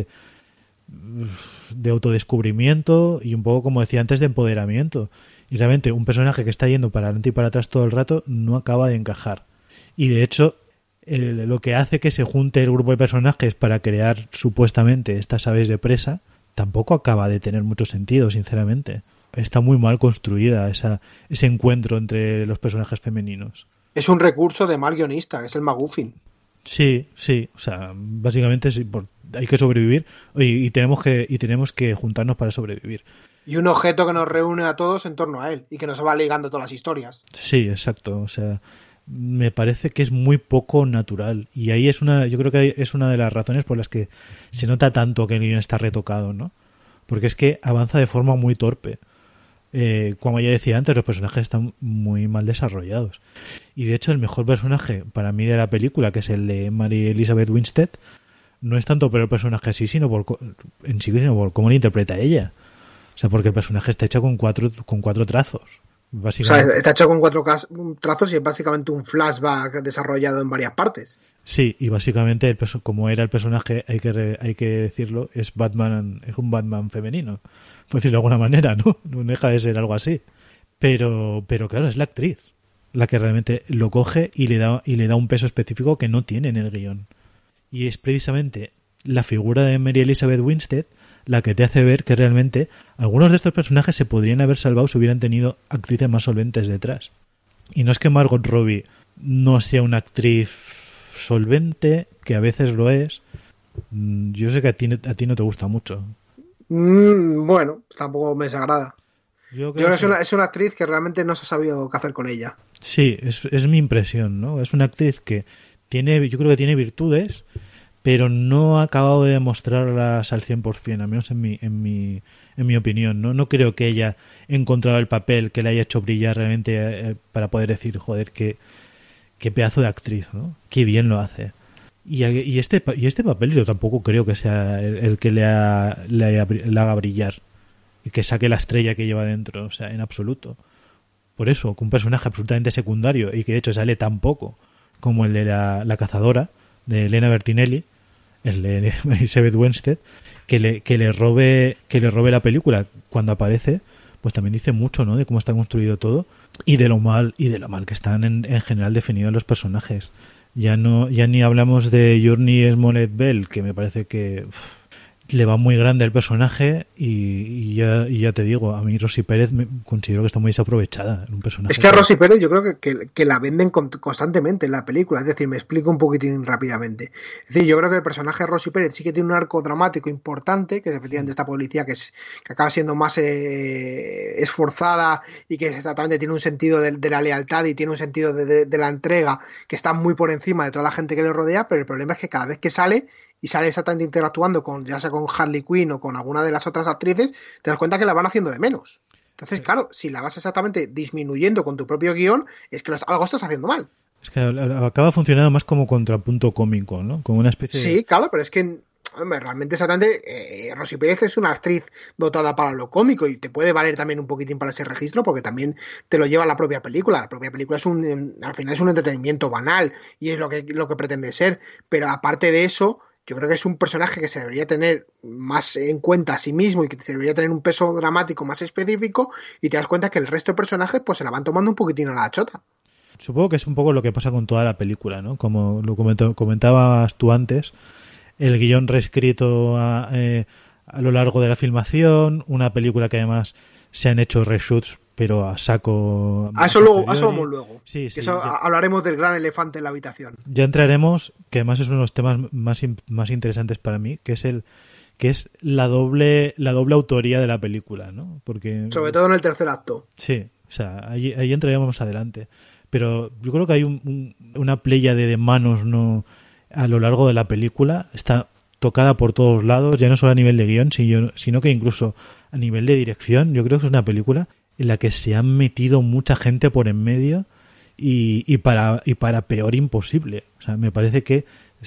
autodescubrimiento y un poco, como decía antes, de empoderamiento. Y realmente un personaje que está yendo para adelante y para atrás todo el rato no acaba de encajar. Y de hecho, lo que hace que se junte el grupo de personajes para crear supuestamente estas aves de presa tampoco acaba de tener mucho sentido, sinceramente. Está muy mal construida ese encuentro entre los personajes femeninos. Es un recurso de mal guionista, es el MacGuffin. Sí, o sea, básicamente sí, hay que sobrevivir y tenemos que juntarnos para sobrevivir. Y un objeto que nos reúne a todos en torno a él y que nos va ligando todas las historias. Sí, exacto, o sea, me parece que es muy poco natural y ahí yo creo que es una de las razones por las que se nota tanto que el guion está retocado, ¿no? Porque es que avanza de forma muy torpe. Como ya decía antes, los personajes están muy mal desarrollados. Y de hecho el mejor personaje para mí de la película, que es el de Mary Elizabeth Winstead, no es tanto por el personaje así, sino por cómo lo interpreta ella. O sea, porque el personaje está hecho con cuatro trazos. Básicamente. O sea, está hecho con 4 trazos y es básicamente un flashback desarrollado en varias partes. Sí, y básicamente como era el personaje, hay que decirlo, es un Batman femenino, por decirlo de alguna manera, ¿no? No deja de ser algo así. Pero claro, es la actriz la que realmente lo coge y le da un peso específico que no tiene en el guión. Y es precisamente la figura de Mary Elizabeth Winstead la que te hace ver que realmente algunos de estos personajes se podrían haber salvado si hubieran tenido actrices más solventes detrás. Y no es que Margot Robbie no sea una actriz solvente, que a veces lo es. Yo sé que a ti no te gusta mucho. Bueno, tampoco me desagrada. Yo creo que es una actriz que realmente no se ha sabido qué hacer con ella. Sí, es mi impresión, ¿no? Es una actriz que yo creo que tiene virtudes, pero no ha acabado de demostrarlas al 100%, al menos en mi opinión, ¿no? No creo que ella haya encontrado el papel que le haya hecho brillar realmente para poder decir, joder, qué pedazo de actriz, ¿no? Qué bien lo hace. Y este papel yo tampoco creo que sea el que le haga brillar y que saque la estrella que lleva dentro, o sea, en absoluto. Por eso, que un personaje absolutamente secundario y que de hecho sale tan poco como el de la cazadora de Elena Bertinelli, el de Elizabeth Winstead, que le robe la película cuando aparece, pues también dice mucho, ¿no? De cómo está construido todo y de lo mal que están en general definidos los personajes. Ya ni hablamos de Journey Smollett Bell, que me parece que le va muy grande el personaje y ya te digo, a mí Rosy Pérez considero que está muy desaprovechada en un personaje. Es que a Rosy Pérez yo creo que la venden constantemente en la película, es decir, me explico un poquitín rápidamente. Es decir, yo creo que el personaje de Rosy Pérez sí que tiene un arco dramático importante, que es efectivamente esta policía que acaba siendo más esforzada y que exactamente tiene un sentido de la lealtad y tiene un sentido de la entrega que está muy por encima de toda la gente que le rodea, pero el problema es que cada vez que sale exactamente interactuando ya sea con Harley Quinn o con alguna de las otras actrices, te das cuenta que la van haciendo de menos. Entonces, claro, si la vas exactamente disminuyendo con tu propio guión, es que algo estás haciendo mal. Es que acaba funcionando más como contrapunto cómico, ¿no? Como una especie Sí, claro, pero es que realmente exactamente Rosy Pérez es una actriz dotada para lo cómico y te puede valer también un poquitín para ese registro porque también te lo lleva la propia película. La propia película al final es un entretenimiento banal y es lo que pretende ser, pero aparte de eso, yo creo que es un personaje que se debería tener más en cuenta a sí mismo y que se debería tener un peso dramático más específico, y te das cuenta que el resto de personajes pues se la van tomando un poquitín a la chota. Supongo que es un poco lo que pasa con toda la película, ¿no? Como lo comentabas tú antes, el guión reescrito a lo largo de la filmación, una película que además se han hecho reshoots pero a saco. A eso vamos luego. Sí, eso hablaremos del gran elefante en la habitación. Ya entraremos, que además es uno de los temas más interesantes para mí, que es la doble autoría de la película, ¿no? Porque sobre todo en el tercer acto. Sí, o sea, ahí entraremos más adelante. Pero yo creo que hay una pléyade de manos, ¿no? A lo largo de la película está tocada por todos lados, ya no solo a nivel de guión, sino que incluso a nivel de dirección. Yo creo que es una película en la que se han metido mucha gente por en medio y para peor imposible. O sea, me parece que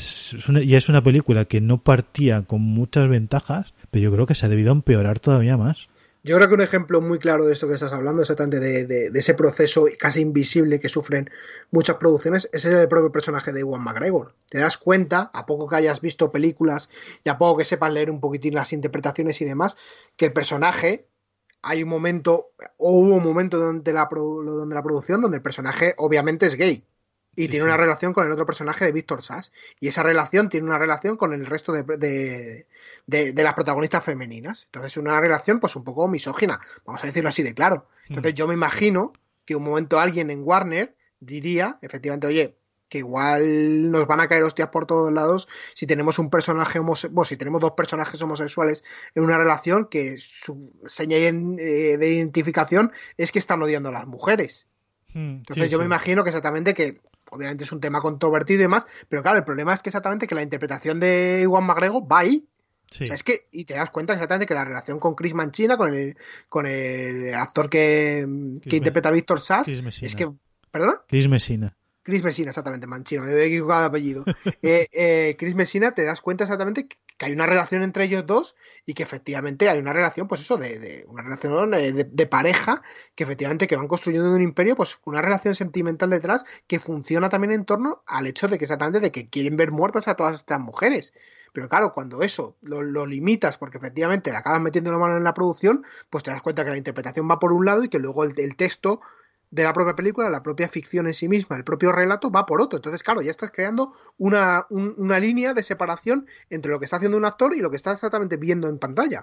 es una película que no partía con muchas ventajas, pero yo creo que se ha debido empeorar todavía más. Yo creo que un ejemplo muy claro de esto que estás hablando, exactamente de ese proceso casi invisible que sufren muchas producciones, es el propio personaje de Ewan McGregor. Te das cuenta, a poco que hayas visto películas y a poco que sepas leer un poquitín las interpretaciones y demás, que el personaje, hay un momento, o hubo un momento donde la producción, donde el personaje obviamente es gay. Y tiene una relación con el otro personaje de Víctor Sass. Y esa relación tiene una relación con el resto de las protagonistas femeninas. Entonces, una relación pues un poco misógina. Vamos a decirlo así de claro. Entonces, yo me imagino que un momento alguien en Warner diría, efectivamente, oye, que igual nos van a caer hostias por todos lados si tenemos un personaje si tenemos dos personajes homosexuales en una relación que su seña de identificación es que están odiando a las mujeres. Entonces, yo me imagino que exactamente que obviamente es un tema controvertido y demás, pero claro, el problema es que exactamente que la interpretación de Ewan McGregor va ahí. Sí. O sea, es que, y te das cuenta exactamente que la relación con Chris Manchina, con el actor que interpreta a Víctor Sass, es que, ¿perdona? Chris Messina, exactamente, Manchino, me he equivocado de apellido. Chris Messina, te das cuenta exactamente que hay una relación entre ellos dos y que efectivamente hay una relación, pues eso, de una relación de pareja, que efectivamente que van construyendo un imperio, pues una relación sentimental detrás que funciona también en torno al hecho de que exactamente de que quieren ver muertas a todas estas mujeres. Pero claro, cuando eso lo limitas porque efectivamente le acabas metiendo la mano en la producción, pues te das cuenta que la interpretación va por un lado y que luego el texto de la propia película, la propia ficción en sí misma, el propio relato va por otro. Entonces, claro, ya estás creando una línea de separación entre lo que está haciendo un actor y lo que está exactamente viendo en pantalla.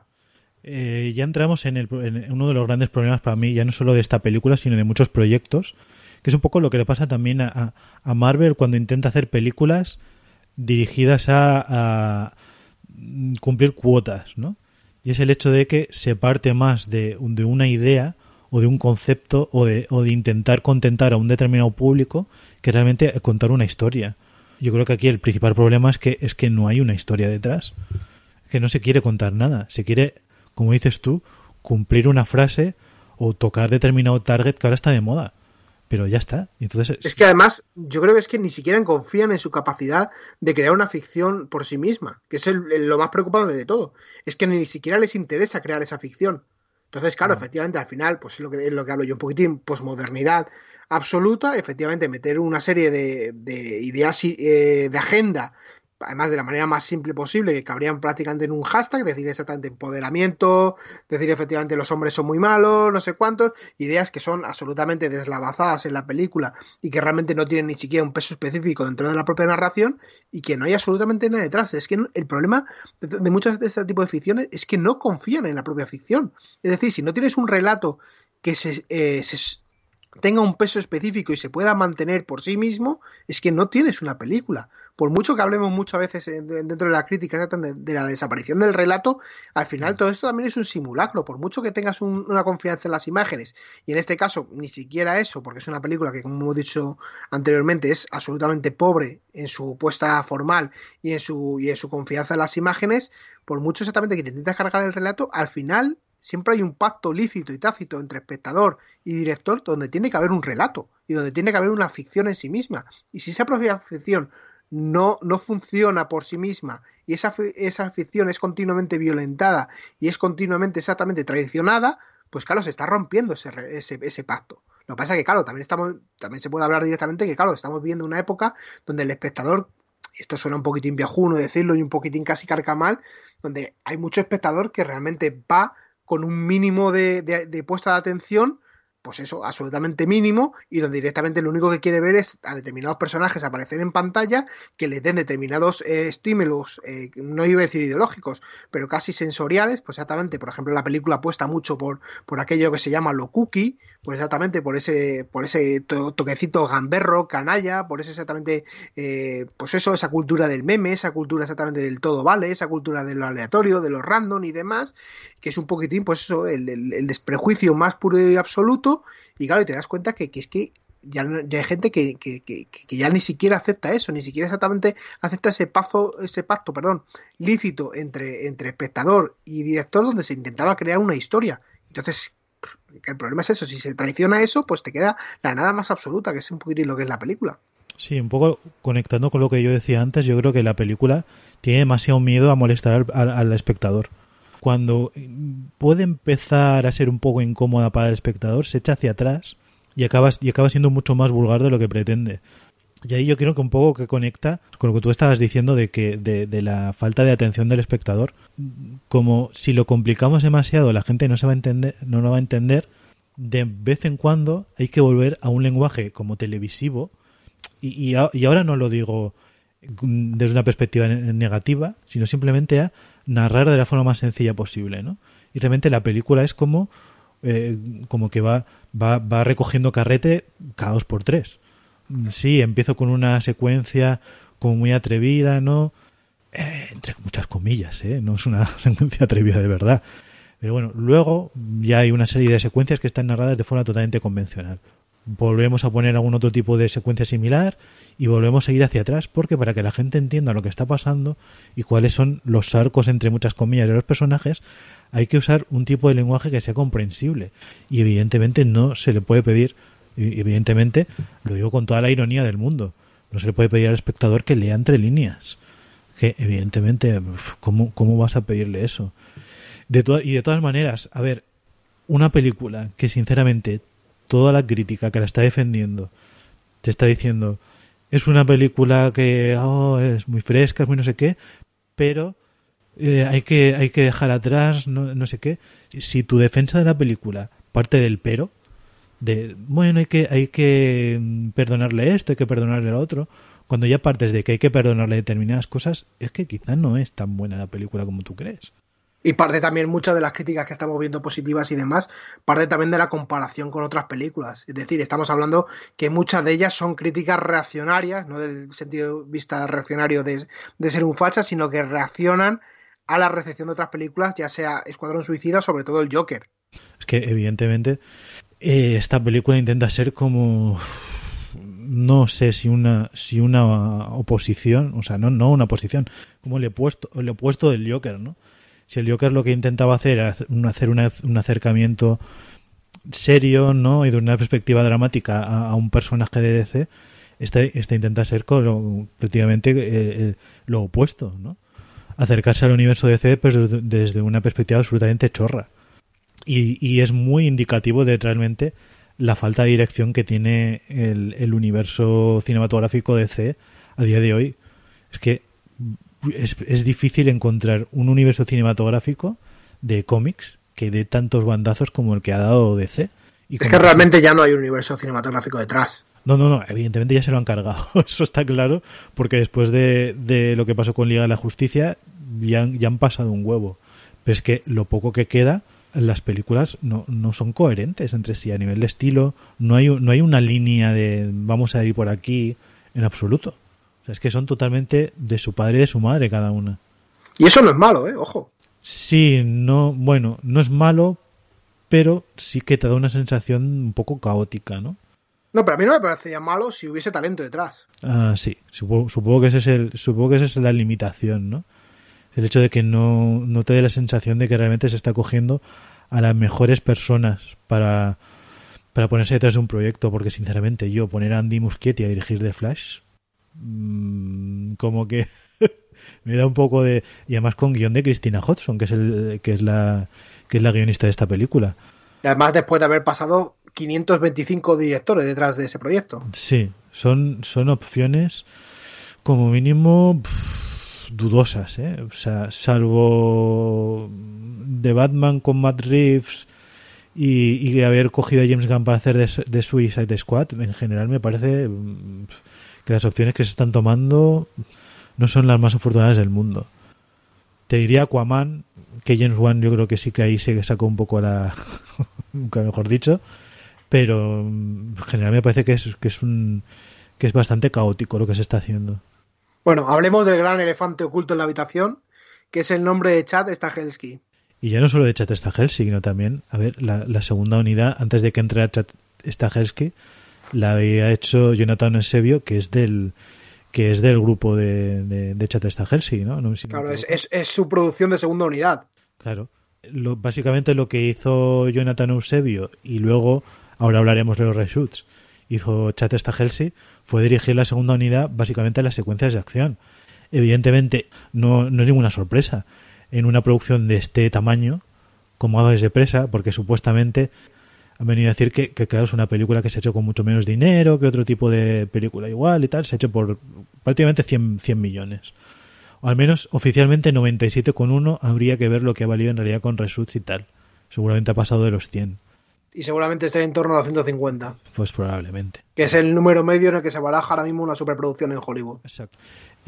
Ya entramos en uno de los grandes problemas para mí, ya no solo de esta película, sino de muchos proyectos, que es un poco lo que le pasa también a Marvel cuando intenta hacer películas dirigidas a cumplir cuotas, ¿no? Y es el hecho de que se parte más de una idea o de un concepto o de intentar contentar a un determinado público que realmente contar una historia. Yo creo que aquí el principal problema es que no hay una historia detrás. Es que no se quiere contar nada. Se quiere, como dices tú, cumplir una frase o tocar determinado target que ahora está de moda. Pero ya está. Entonces, es que además yo creo que es que ni siquiera confían en su capacidad de crear una ficción por sí misma, que es lo más preocupante de todo. Es que ni siquiera les interesa crear esa ficción. Entonces, claro, efectivamente, al final, pues es lo que hablo yo un poquitín, posmodernidad absoluta, efectivamente, meter una serie de ideas de agenda, además de la manera más simple posible, que cabrían prácticamente en un hashtag, decir exactamente empoderamiento, decir efectivamente los hombres son muy malos, no sé cuántos, ideas que son absolutamente deslavazadas en la película y que realmente no tienen ni siquiera un peso específico dentro de la propia narración y que no hay absolutamente nada detrás. Es que el problema de muchas de este tipo de ficciones es que no confían en la propia ficción. Es decir, si no tienes un relato que tenga un peso específico y se pueda mantener por sí mismo, es que no tienes una película. Por mucho que hablemos muchas veces dentro de la crítica de la desaparición del relato, al final todo esto también es un simulacro. Por mucho que tengas una confianza en las imágenes, y en este caso ni siquiera eso, porque es una película que, como hemos dicho anteriormente, es absolutamente pobre en su puesta formal y en su confianza en las imágenes, por mucho exactamente que te intentas cargar el relato, al final siempre hay un pacto lícito y tácito entre espectador y director donde tiene que haber un relato y donde tiene que haber una ficción en sí misma. Y si esa propia ficción no funciona por sí misma y esa ficción es continuamente violentada y es continuamente exactamente traicionada, pues claro, se está rompiendo ese pacto. Lo que pasa es que, claro, también se puede hablar directamente que, claro, estamos viviendo una época donde el espectador, y esto suena un poquitín viejuno decirlo y un poquitín casi carcamal, donde hay mucho espectador que realmente va con un mínimo de puesta de atención, pues eso, absolutamente mínimo, y donde directamente lo único que quiere ver es a determinados personajes aparecer en pantalla, que les den determinados estímulos, no iba a decir ideológicos, pero casi sensoriales, pues exactamente, por ejemplo, la película apuesta mucho por aquello que se llama lo cookie, pues exactamente por ese toquecito gamberro, canalla, por ese exactamente, pues eso, esa cultura del meme, esa cultura exactamente del todo vale, esa cultura de lo aleatorio, de lo random y demás, que es un poquitín, pues eso, el desprejuicio más puro y absoluto. Y claro, y te das cuenta que es que ya hay gente que ya ni siquiera acepta eso, ni siquiera exactamente acepta ese pacto, lícito entre espectador y director, donde se intentaba crear una historia. Entonces, el problema es eso, si se traiciona eso, pues te queda la nada más absoluta, que es un poquitín lo que es la película. Sí, un poco conectando con lo que yo decía antes, yo creo que la película tiene demasiado miedo a molestar al espectador. cuando puede empezar a ser un poco incómoda para el espectador, se echa hacia atrás y acaba siendo mucho más vulgar de lo que pretende. Y ahí yo creo que un poco que conecta con lo que tú estabas diciendo de la falta de atención del espectador. Como si lo complicamos demasiado, la gente no lo va a entender. De vez en cuando hay que volver a un lenguaje como televisivo. Y ahora no lo digo desde una perspectiva negativa, sino simplemente a narrar de la forma más sencilla posible, ¿no? Y realmente la película es como que va recogiendo carrete cada 2x3. Sí, empiezo con una secuencia como muy atrevida, ¿no? Entre muchas comillas, no es una secuencia atrevida de verdad. Pero bueno, luego ya hay una serie de secuencias que están narradas de forma totalmente convencional. Volvemos a poner algún otro tipo de secuencia similar y volvemos a ir hacia atrás, porque para que la gente entienda lo que está pasando y cuáles son los arcos entre muchas comillas de los personajes, hay que usar un tipo de lenguaje que sea comprensible. Y evidentemente no se le puede pedir, evidentemente lo digo con toda la ironía del mundo, no se le puede pedir al espectador que lea entre líneas. Que evidentemente, ¿cómo vas a pedirle eso? De todas maneras, a ver, una película que sinceramente toda la crítica que la está defendiendo te está diciendo es una película que es muy fresca, es muy no sé qué, pero hay que dejar atrás no sé qué. Si tu defensa de la película parte del pero, de bueno, hay que perdonarle esto, hay que perdonarle lo otro, cuando ya partes de que hay que perdonarle determinadas cosas, es que quizás no es tan buena la película como tú crees. Y parte también muchas de las críticas que estamos viendo positivas y demás, parte también de la comparación con otras películas. Es decir, estamos hablando que muchas de ellas son críticas reaccionarias, no del sentido de vista reaccionario de ser un facha, sino que reaccionan a la recepción de otras películas, ya sea Escuadrón Suicida, sobre todo el Joker. Es que evidentemente esta película intenta ser como, no sé si una oposición, o sea, no una oposición, como el opuesto del Joker, ¿no? Si el Joker lo que intentaba hacer era hacer un acercamiento serio, ¿no? Y de una perspectiva dramática a un personaje de DC, este intenta ser prácticamente lo opuesto, ¿no? Acercarse al universo DC pues desde una perspectiva absolutamente chorra. Y es muy indicativo de realmente la falta de dirección que tiene el universo cinematográfico DC a día de hoy. Es que es difícil encontrar un universo cinematográfico de cómics que dé tantos bandazos como el que ha dado DC. Es que realmente ya no hay un universo cinematográfico detrás. No, evidentemente ya se lo han cargado, eso está claro, porque después de lo que pasó con Liga de la Justicia ya han pasado un huevo. Pero es que lo poco que queda, las películas no son coherentes entre sí a nivel de estilo, no hay una línea de vamos a ir por aquí en absoluto. Es que son totalmente de su padre y de su madre cada una. Y eso no es malo, ojo. Sí, no es malo, pero sí que te da una sensación un poco caótica, ¿no? No, pero a mí no me parecería malo si hubiese talento detrás. Ah, sí, supongo que esa es la limitación, ¿no? El hecho de que no te dé la sensación de que realmente se está cogiendo a las mejores personas para ponerse detrás de un proyecto, porque sinceramente poner a Andy Muschietti a dirigir The Flash, como que me da un poco de, y además con guión de Christina Hodson, que es la guionista de esta película, y además después de haber pasado 525 directores detrás de ese proyecto. Sí, son opciones como mínimo dudosas, o sea, salvo The Batman con Matt Reeves y haber cogido a James Gunn para hacer de Suicide Squad, en general me parece que las opciones que se están tomando no son las más afortunadas del mundo. Te diría Aquaman, que James Wan yo creo que sí que ahí se sacó un poco nunca mejor dicho, pero en general me parece que es bastante caótico lo que se está haciendo. Bueno, hablemos del gran elefante oculto en la habitación, que es el nombre de Chad Stahelski. Y ya no solo de Chad Stahelski, sino también, a ver, la segunda unidad, antes de que entrara Chad Stahelski, la había hecho Jonathan Eusebio, que es del grupo de Chad Stahelski, ¿no? Claro, es su producción de segunda unidad. Claro. Básicamente lo que hizo Jonathan Eusebio, y luego, ahora hablaremos de los reshoots, hizo Chad Stahelski, fue dirigir la segunda unidad básicamente a las secuencias de acción. Evidentemente, no es ninguna sorpresa. en una producción de este tamaño como Aves de presa, porque supuestamente han venido a decir que claro, es una película que se ha hecho con mucho menos dinero que otro tipo de película igual y tal, se ha hecho por prácticamente 100 millones. O al menos oficialmente 97,1, habría que ver lo que ha valido en realidad con reshoots y tal. Seguramente ha pasado de los 100. Y seguramente esté en torno a los 150. Pues probablemente. Que es el número medio en el que se baraja ahora mismo una superproducción en Hollywood. Exacto.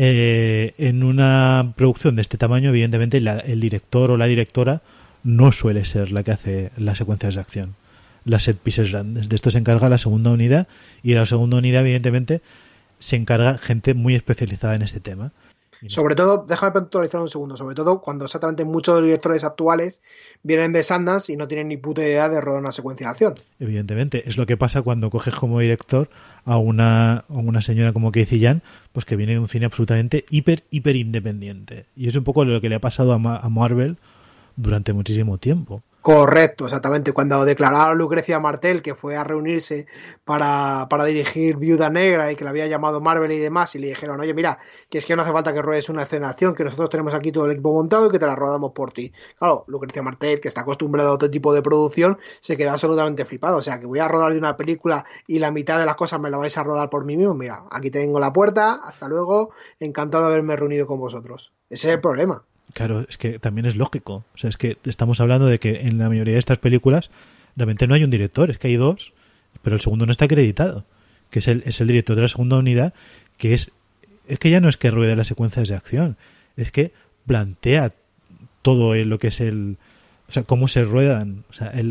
En una producción de este tamaño, evidentemente, el director o la directora no suele ser la que hace las secuencias de acción. Las set pieces grandes. De esto se encarga la segunda unidad, y de la segunda unidad, evidentemente, se encarga gente muy especializada en este tema. Sobre todo, déjame puntualizar un segundo, sobre todo cuando exactamente muchos directores actuales vienen de Sundance y no tienen ni puta idea de rodar una secuencia de acción. Evidentemente, es lo que pasa cuando coges como director a una señora como Kathy Yan, pues que viene de un cine absolutamente hiper independiente. Y es un poco lo que le ha pasado a Marvel durante muchísimo tiempo. Correcto, exactamente. Cuando declararon a Lucrecia Martel que fue a reunirse para dirigir Viuda Negra y que la había llamado Marvel y demás, y le dijeron, oye, mira, que es que no hace falta que ruedes una escena de acción, que nosotros tenemos aquí todo el equipo montado y que te la rodamos por ti. Claro, Lucrecia Martel, que está acostumbrada a otro tipo de producción, se quedó absolutamente flipado. O sea, que voy a rodar de una película y la mitad de las cosas me la vais a rodar por mí mismo. Mira, aquí tengo la puerta, hasta luego, encantado de haberme reunido con vosotros. Ese es el problema. Claro, es que también es lógico. O sea, es que estamos hablando de que en la mayoría de estas películas realmente no hay un director, es que hay dos, pero el segundo no está acreditado, que es el director de la segunda unidad, que es que ya no es que ruede las secuencias de acción, es que plantea todo lo que es o sea, cómo se ruedan. O sea,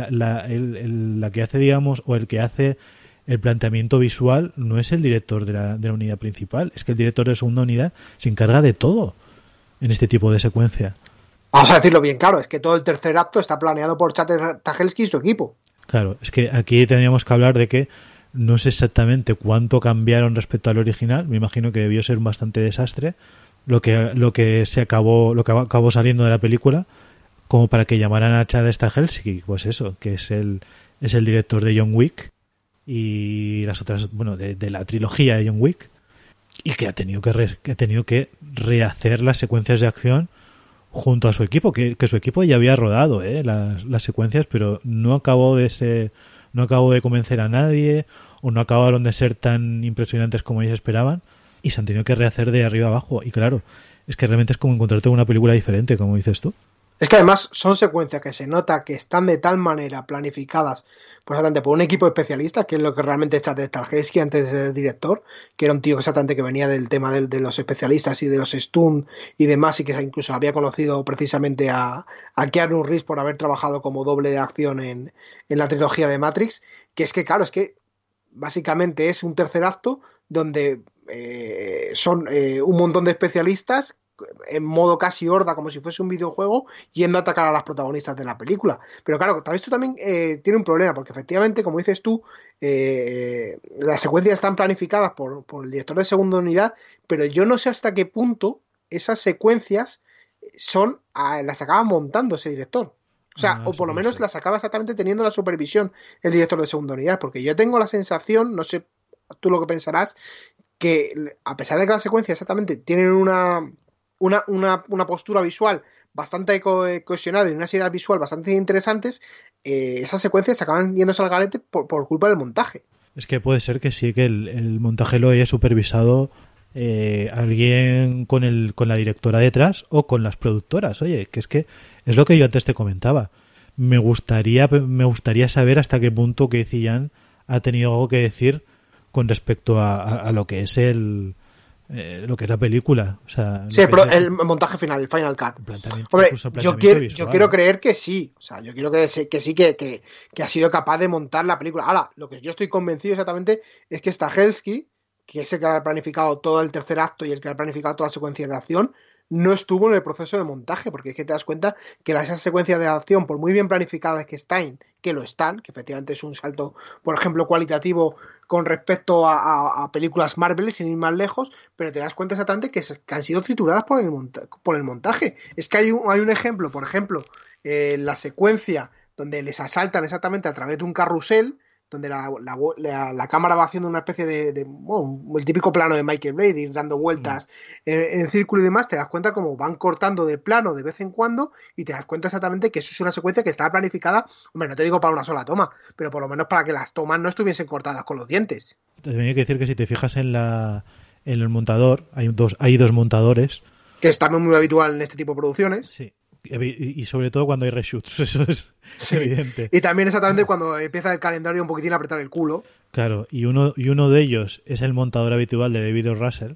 la que hace, digamos, o el que hace el planteamiento visual no es el director de la unidad principal, es que el director de la segunda unidad se encarga de todo en este tipo de secuencia. Vamos a decirlo bien claro, es que todo el tercer acto está planeado por Chad Stahelski y su equipo. Claro, es que aquí tendríamos que hablar de que no sé exactamente cuánto cambiaron respecto al original. Me imagino que debió ser un bastante desastre lo que acabó saliendo de la película, como para que llamaran a Chad Stahelski, pues eso, que es el director de John Wick y las otras, bueno, de la trilogía de John Wick, y que ha tenido que rehacer las secuencias de acción junto a su equipo, que su equipo ya había rodado las secuencias, pero no acabó de convencer a nadie, o no acabaron de ser tan impresionantes como ellos esperaban, y se han tenido que rehacer de arriba abajo. Y claro, es que realmente es como encontrarte una película diferente, como dices tú. Es que además son secuencias que se nota que están de tal manera planificadas pues exactamente por un equipo especialista, que es lo que realmente Chad Stahelski antes de ser director, que era un tío exactamente que venía del tema de los especialistas y de los stunt y demás, y que incluso había conocido precisamente a Keanu Reeves por haber trabajado como doble de acción en la trilogía de Matrix, que es que claro, es que básicamente es un tercer acto donde son un montón de especialistas en modo casi horda, como si fuese un videojuego, yendo a atacar a las protagonistas de la película. Pero claro, esto también tiene un problema, porque efectivamente, como dices tú, las secuencias están planificadas por el director de segunda unidad, pero yo no sé hasta qué punto esas secuencias las acaba montando ese director. O sea, o por lo menos las acaba exactamente teniendo la supervisión el director de segunda unidad, porque yo tengo la sensación, no sé tú lo que pensarás, que a pesar de que las secuencias exactamente tienen una postura visual bastante cohesionada y unas ideas visual bastante interesantes, esas secuencias acaban yéndose al garete por culpa del montaje. Es que puede ser que sí, que el montaje lo haya supervisado alguien con la directora detrás o con las productoras. Oye, que es lo que yo antes te comentaba. Me gustaría saber hasta qué punto Kathy Yan ha tenido algo que decir con respecto a lo que es lo que es la película. O sea, sí, pero el montaje final, el Final Cut. Hombre, yo quiero creer que sí. O sea, yo quiero creer que sí, que ha sido capaz de montar la película. Ahora, lo que yo estoy convencido exactamente es que Stahelski, que es el que ha planificado todo el tercer acto y el que ha planificado toda la secuencia de acción, no estuvo en el proceso de montaje, porque es que te das cuenta que esas secuencias de acción, por muy bien planificadas que están, que efectivamente es un salto, por ejemplo, cualitativo con respecto a películas Marvel, sin ir más lejos, pero te das cuenta exactamente que han sido trituradas por el montaje. Es que hay un ejemplo, por ejemplo, la secuencia donde les asaltan exactamente a través de un carrusel, donde la cámara va haciendo una especie bueno, el típico plano de Michael Bay, de ir dando vueltas en círculo y demás, te das cuenta como van cortando de plano de vez en cuando y te das cuenta exactamente que eso es una secuencia que estaba planificada, hombre, no te digo para una sola toma, pero por lo menos para que las tomas no estuviesen cortadas con los dientes. También hay que decir que si te fijas en el montador, hay dos montadores. Que es también muy habitual en este tipo de producciones. Sí. Y sobre todo cuando hay reshoots, eso es evidente. Y también exactamente cuando empieza el calendario un poquitín a apretar el culo. Claro, y uno de ellos es el montador habitual de David O. Russell,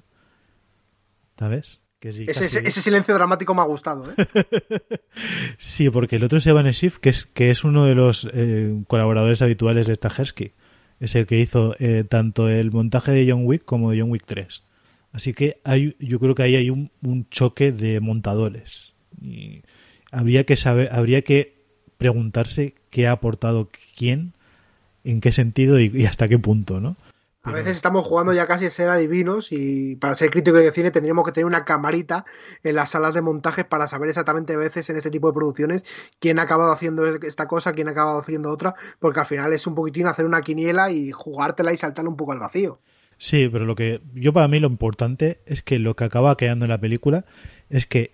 ¿sabes? Que sí, ese silencio dramático me ha gustado, ¿eh? Sí, porque el otro es Evan Schiff, que es uno de los colaboradores habituales de Stahelski. Es el que hizo tanto el montaje de John Wick como de John Wick 3. Así que yo creo que ahí hay un choque de montadores. Y habría que preguntarse qué ha aportado quién, en qué sentido y hasta qué punto, ¿no? A veces estamos jugando ya casi a ser adivinos y para ser crítico de cine tendríamos que tener una camarita en las salas de montajes para saber exactamente a veces en este tipo de producciones quién ha acabado haciendo esta cosa, quién ha acabado haciendo otra, porque al final es un poquitín hacer una quiniela y jugártela y saltarle un poco al vacío. Sí, pero para mí lo importante es que lo que acaba quedando en la película es que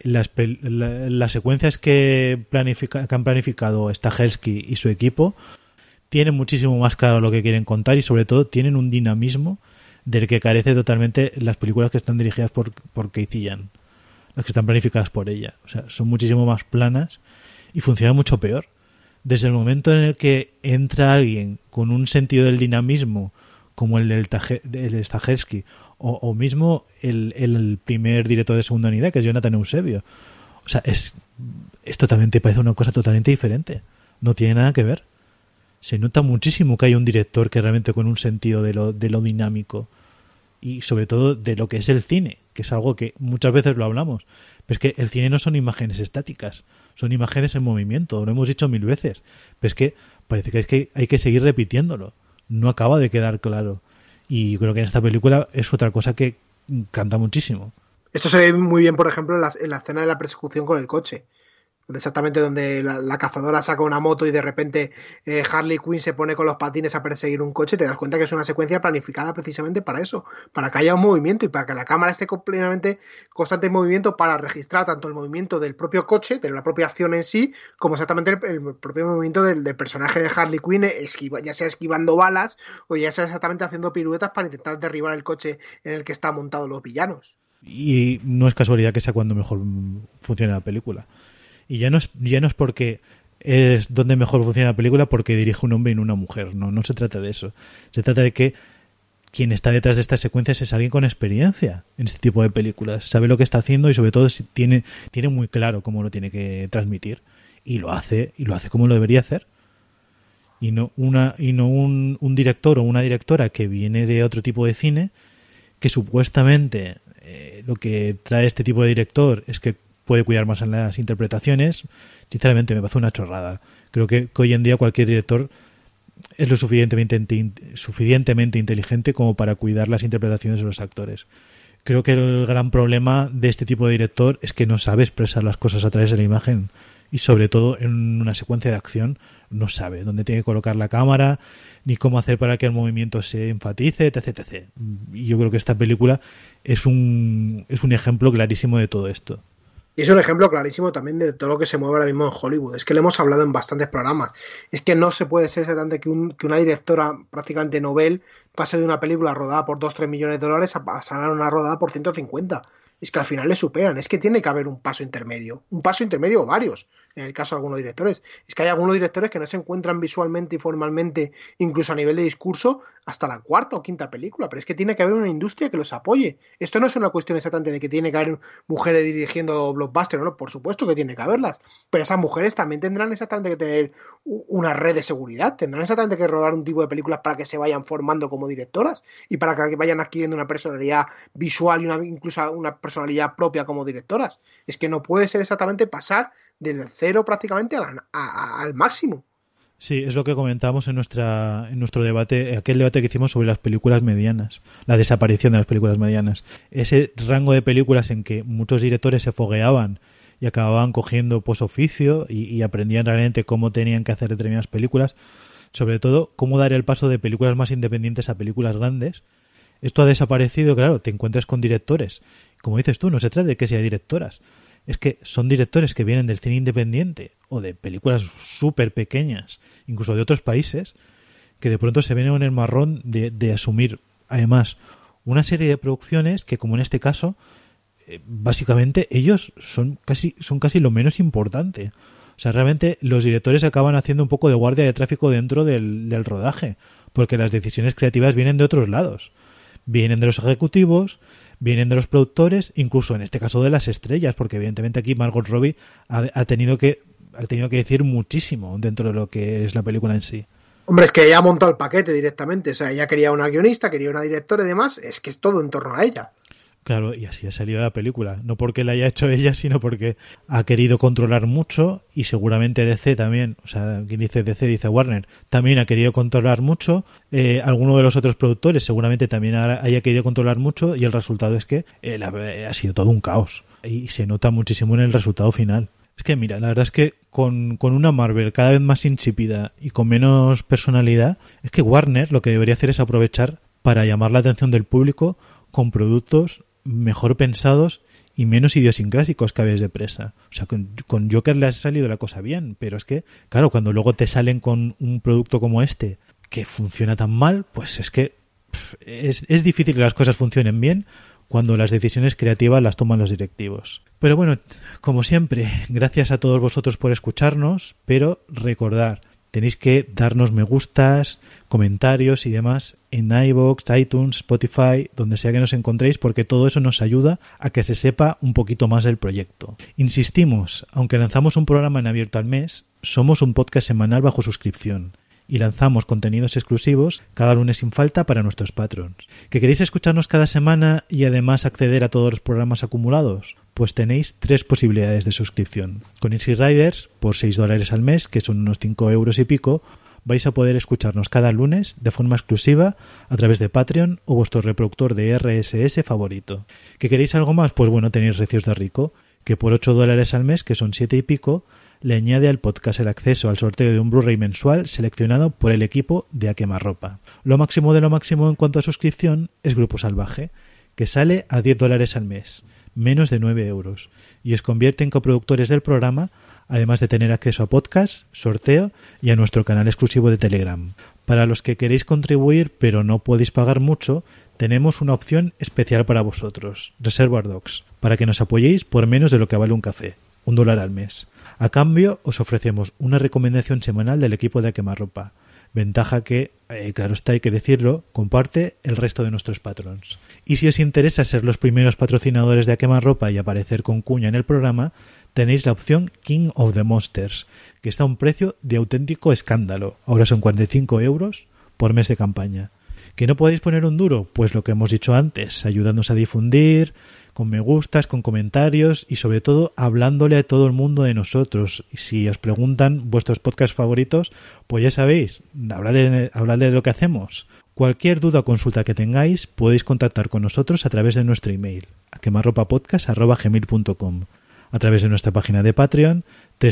las secuencias que han planificado Stahelski y su equipo tienen muchísimo más claro lo que quieren contar y sobre todo tienen un dinamismo del que carece totalmente las películas que están dirigidas por Kathy Yan, las que están planificadas por ella. O sea, son muchísimo más planas y funcionan mucho peor. Desde el momento en el que entra alguien con un sentido del dinamismo como el del Stahelski o mismo el primer director de segunda unidad, que es Jonathan Eusebio. O sea, es totalmente, parece una cosa totalmente diferente. No tiene nada que ver. Se nota muchísimo que hay un director que realmente con un sentido de lo dinámico y sobre todo de lo que es el cine, que es algo que muchas veces lo hablamos. Pero es que el cine no son imágenes estáticas, son imágenes en movimiento, lo hemos dicho 1000 veces. Pero es que parece que hay que seguir repitiéndolo. No acaba de quedar claro. Y creo que en esta película es otra cosa que canta muchísimo. Esto se ve muy bien, por ejemplo, en la escena de la persecución con el coche. Exactamente donde la cazadora saca una moto y de repente Harley Quinn se pone con los patines a perseguir un coche. Te das cuenta que es una secuencia planificada precisamente para eso, para que haya un movimiento y para que la cámara esté completamente constante en movimiento para registrar tanto el movimiento del propio coche, de la propia acción en sí, como exactamente el propio movimiento del personaje de Harley Quinn, ya sea esquivando balas o ya sea exactamente haciendo piruetas para intentar derribar el coche en el que están montados los villanos. Y no es casualidad que sea cuando mejor funciona la película. Y ya no es porque es donde mejor funciona la película porque dirige un hombre y no una mujer. No se trata de eso. Se trata de que quien está detrás de estas secuencias es alguien con experiencia en este tipo de películas. Sabe lo que está haciendo y sobre todo tiene muy claro cómo lo tiene que transmitir. Y lo hace como lo debería hacer. Y no un director o una directora que viene de otro tipo de cine que supuestamente lo que trae este tipo de director es que puede cuidar más en las interpretaciones. Sinceramente me parece una chorrada. Creo que hoy en día cualquier director es lo suficientemente inteligente como para cuidar las interpretaciones de los actores. Creo que el gran problema de este tipo de director es que no sabe expresar las cosas a través de la imagen y sobre todo en una secuencia de acción no sabe dónde tiene que colocar la cámara ni cómo hacer para que el movimiento se enfatice, etc. Y yo creo que esta película es un ejemplo clarísimo de todo esto. Y es un ejemplo clarísimo también de todo lo que se mueve ahora mismo en Hollywood. Es que lo hemos hablado en bastantes programas. Es que no se puede ser exactamente que una directora prácticamente novel pase de una película rodada por 2-3 millones de dólares a pasar a una rodada por 150. Es que al final le superan. Es que tiene que haber un paso intermedio. Un paso intermedio o varios, en el caso de algunos directores. Es que hay algunos directores que no se encuentran visualmente y formalmente, incluso a nivel de discurso, hasta la cuarta o quinta película. Pero es que tiene que haber una industria que los apoye. Esto no es una cuestión exactamente de que tiene que haber mujeres dirigiendo blockbusters, ¿no? Por supuesto que tiene que haberlas. Pero esas mujeres también tendrán exactamente que tener una red de seguridad. Tendrán exactamente que rodar un tipo de películas para que se vayan formando como directoras y para que vayan adquiriendo una personalidad visual y incluso una personalidad propia como directoras. Es que no puede ser exactamente pasar del cero prácticamente al máximo. Sí, es lo que comentábamos en nuestro debate, aquel debate que hicimos sobre las películas medianas, la desaparición de las películas medianas. Ese rango de películas en que muchos directores se fogueaban y acababan cogiendo oficio y aprendían realmente cómo tenían que hacer determinadas películas, Sobre todo, cómo dar el paso de películas más independientes a películas grandes. Esto ha desaparecido, claro, te encuentras con directores. Como dices tú, no se trata de que sean directoras. Es que son directores que vienen del cine independiente o de películas súper pequeñas, incluso de otros países, que de pronto se ven en el marrón de asumir, además, una serie de producciones que, como en este caso, básicamente ellos son casi lo menos importante. O sea, realmente los directores acaban haciendo un poco de guardia de tráfico dentro del rodaje, porque las decisiones creativas vienen de otros lados. Vienen de los ejecutivos, vienen de los productores, incluso en este caso de las estrellas, porque evidentemente aquí Margot Robbie ha tenido que decir muchísimo dentro de lo que es la película en sí. Hombre, es que ella montó el paquete directamente. O sea, ella quería una guionista, quería una directora y demás. Es que es todo en torno a ella. Claro, y así ha salido la película. No porque la haya hecho ella, sino porque ha querido controlar mucho, y seguramente DC también, o sea, quien dice DC dice Warner, también ha querido controlar mucho. Alguno de los otros productores seguramente también haya querido controlar mucho, y el resultado es que ha sido todo un caos. Y se nota muchísimo en el resultado final. Es que mira, la verdad es que con una Marvel cada vez más insípida y con menos personalidad, es que Warner lo que debería hacer es aprovechar para llamar la atención del público con productos mejor pensados y menos idiosincrásicos que Aves de Presa. O sea, con Joker le ha salido la cosa bien, pero es que, claro, cuando luego te salen con un producto como este que funciona tan mal, pues es que es difícil que las cosas funcionen bien cuando las decisiones creativas las toman los directivos. Pero bueno, como siempre, gracias a todos vosotros por escucharnos, pero recordad, tenéis que darnos me gustas, comentarios y demás en iVoox, iTunes, Spotify, donde sea que nos encontréis, porque todo eso nos ayuda a que se sepa un poquito más del proyecto. Insistimos, aunque lanzamos un programa en abierto al mes, somos un podcast semanal bajo suscripción y lanzamos contenidos exclusivos cada lunes sin falta para nuestros patrons. ¿Que queréis escucharnos cada semana y además acceder a todos los programas acumulados? Pues tenéis 3 posibilidades de suscripción. Con Easy Riders, por $6 al mes, que son unos 5 euros y pico, vais a poder escucharnos cada lunes de forma exclusiva a través de Patreon o vuestro reproductor de RSS favorito. ¿Que queréis algo más? Pues bueno, tenéis Recios de Rico, que por $8 al mes, que son 7 y pico, le añade al podcast el acceso al sorteo de un Blu-ray mensual seleccionado por el equipo de A Quemarropa. Lo máximo de lo máximo en cuanto a suscripción es Grupo Salvaje, que sale a $10 al mes, menos de 9 euros, y os convierte en coproductores del programa, además de tener acceso a podcast, sorteo y a nuestro canal exclusivo de Telegram. Para los que queréis contribuir pero no podéis pagar mucho, tenemos una opción especial para vosotros, Reservoir Dogs, para que nos apoyéis por menos de lo que vale un café, $1 al mes. A cambio, os ofrecemos una recomendación semanal del equipo de A Quemarropa. Ventaja que, claro está, hay que decirlo, comparte el resto de nuestros patrons. Y si os interesa ser los primeros patrocinadores de A Quemarropa y aparecer con cuña en el programa, tenéis la opción King of the Monsters, que está a un precio de auténtico escándalo. Ahora son 45 euros por mes de campaña. ¿Que no podéis poner un duro? Pues lo que hemos dicho antes, ayudándonos a difundir, con me gustas, con comentarios y sobre todo hablándole a todo el mundo de nosotros. Y si os preguntan vuestros podcasts favoritos, pues ya sabéis, habladle de lo que hacemos. Cualquier duda o consulta que tengáis podéis contactar con nosotros a través de nuestro email, aquemarropapodcast@gmail.com, a través de nuestra página de Patreon,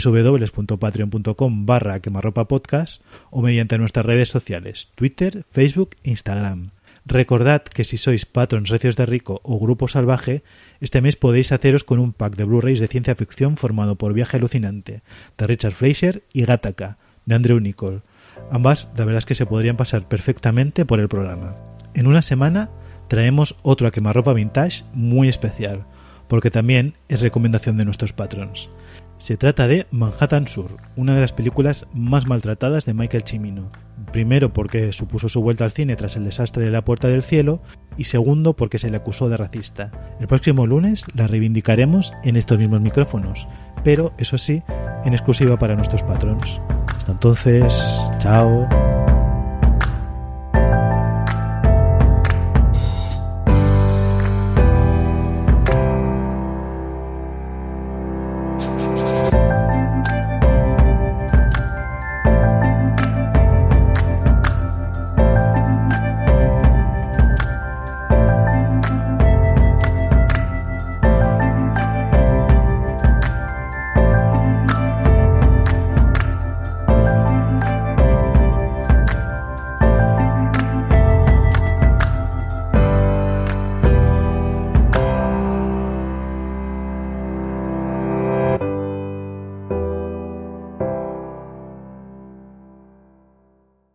www.patreon.com/aquemarropapodcast, o mediante nuestras redes sociales, Twitter, Facebook e Instagram. Recordad que si sois patrons Recios de Rico o Grupo Salvaje, este mes podéis haceros con un pack de Blu-rays de ciencia ficción formado por Viaje Alucinante, de Richard Fleischer, y Gattaca, de Andrew Niccol. Ambas, la verdad es que se podrían pasar perfectamente por el programa. En una semana traemos otro A Quemarropa Vintage muy especial, porque también es recomendación de nuestros patrons. Se trata de Manhattan Sur, una de las películas más maltratadas de Michael Cimino. Primero porque supuso su vuelta al cine tras el desastre de La Puerta del Cielo, y segundo porque se le acusó de racista. El próximo lunes la reivindicaremos en estos mismos micrófonos, pero eso sí, en exclusiva para nuestros patrons. Hasta entonces, chao.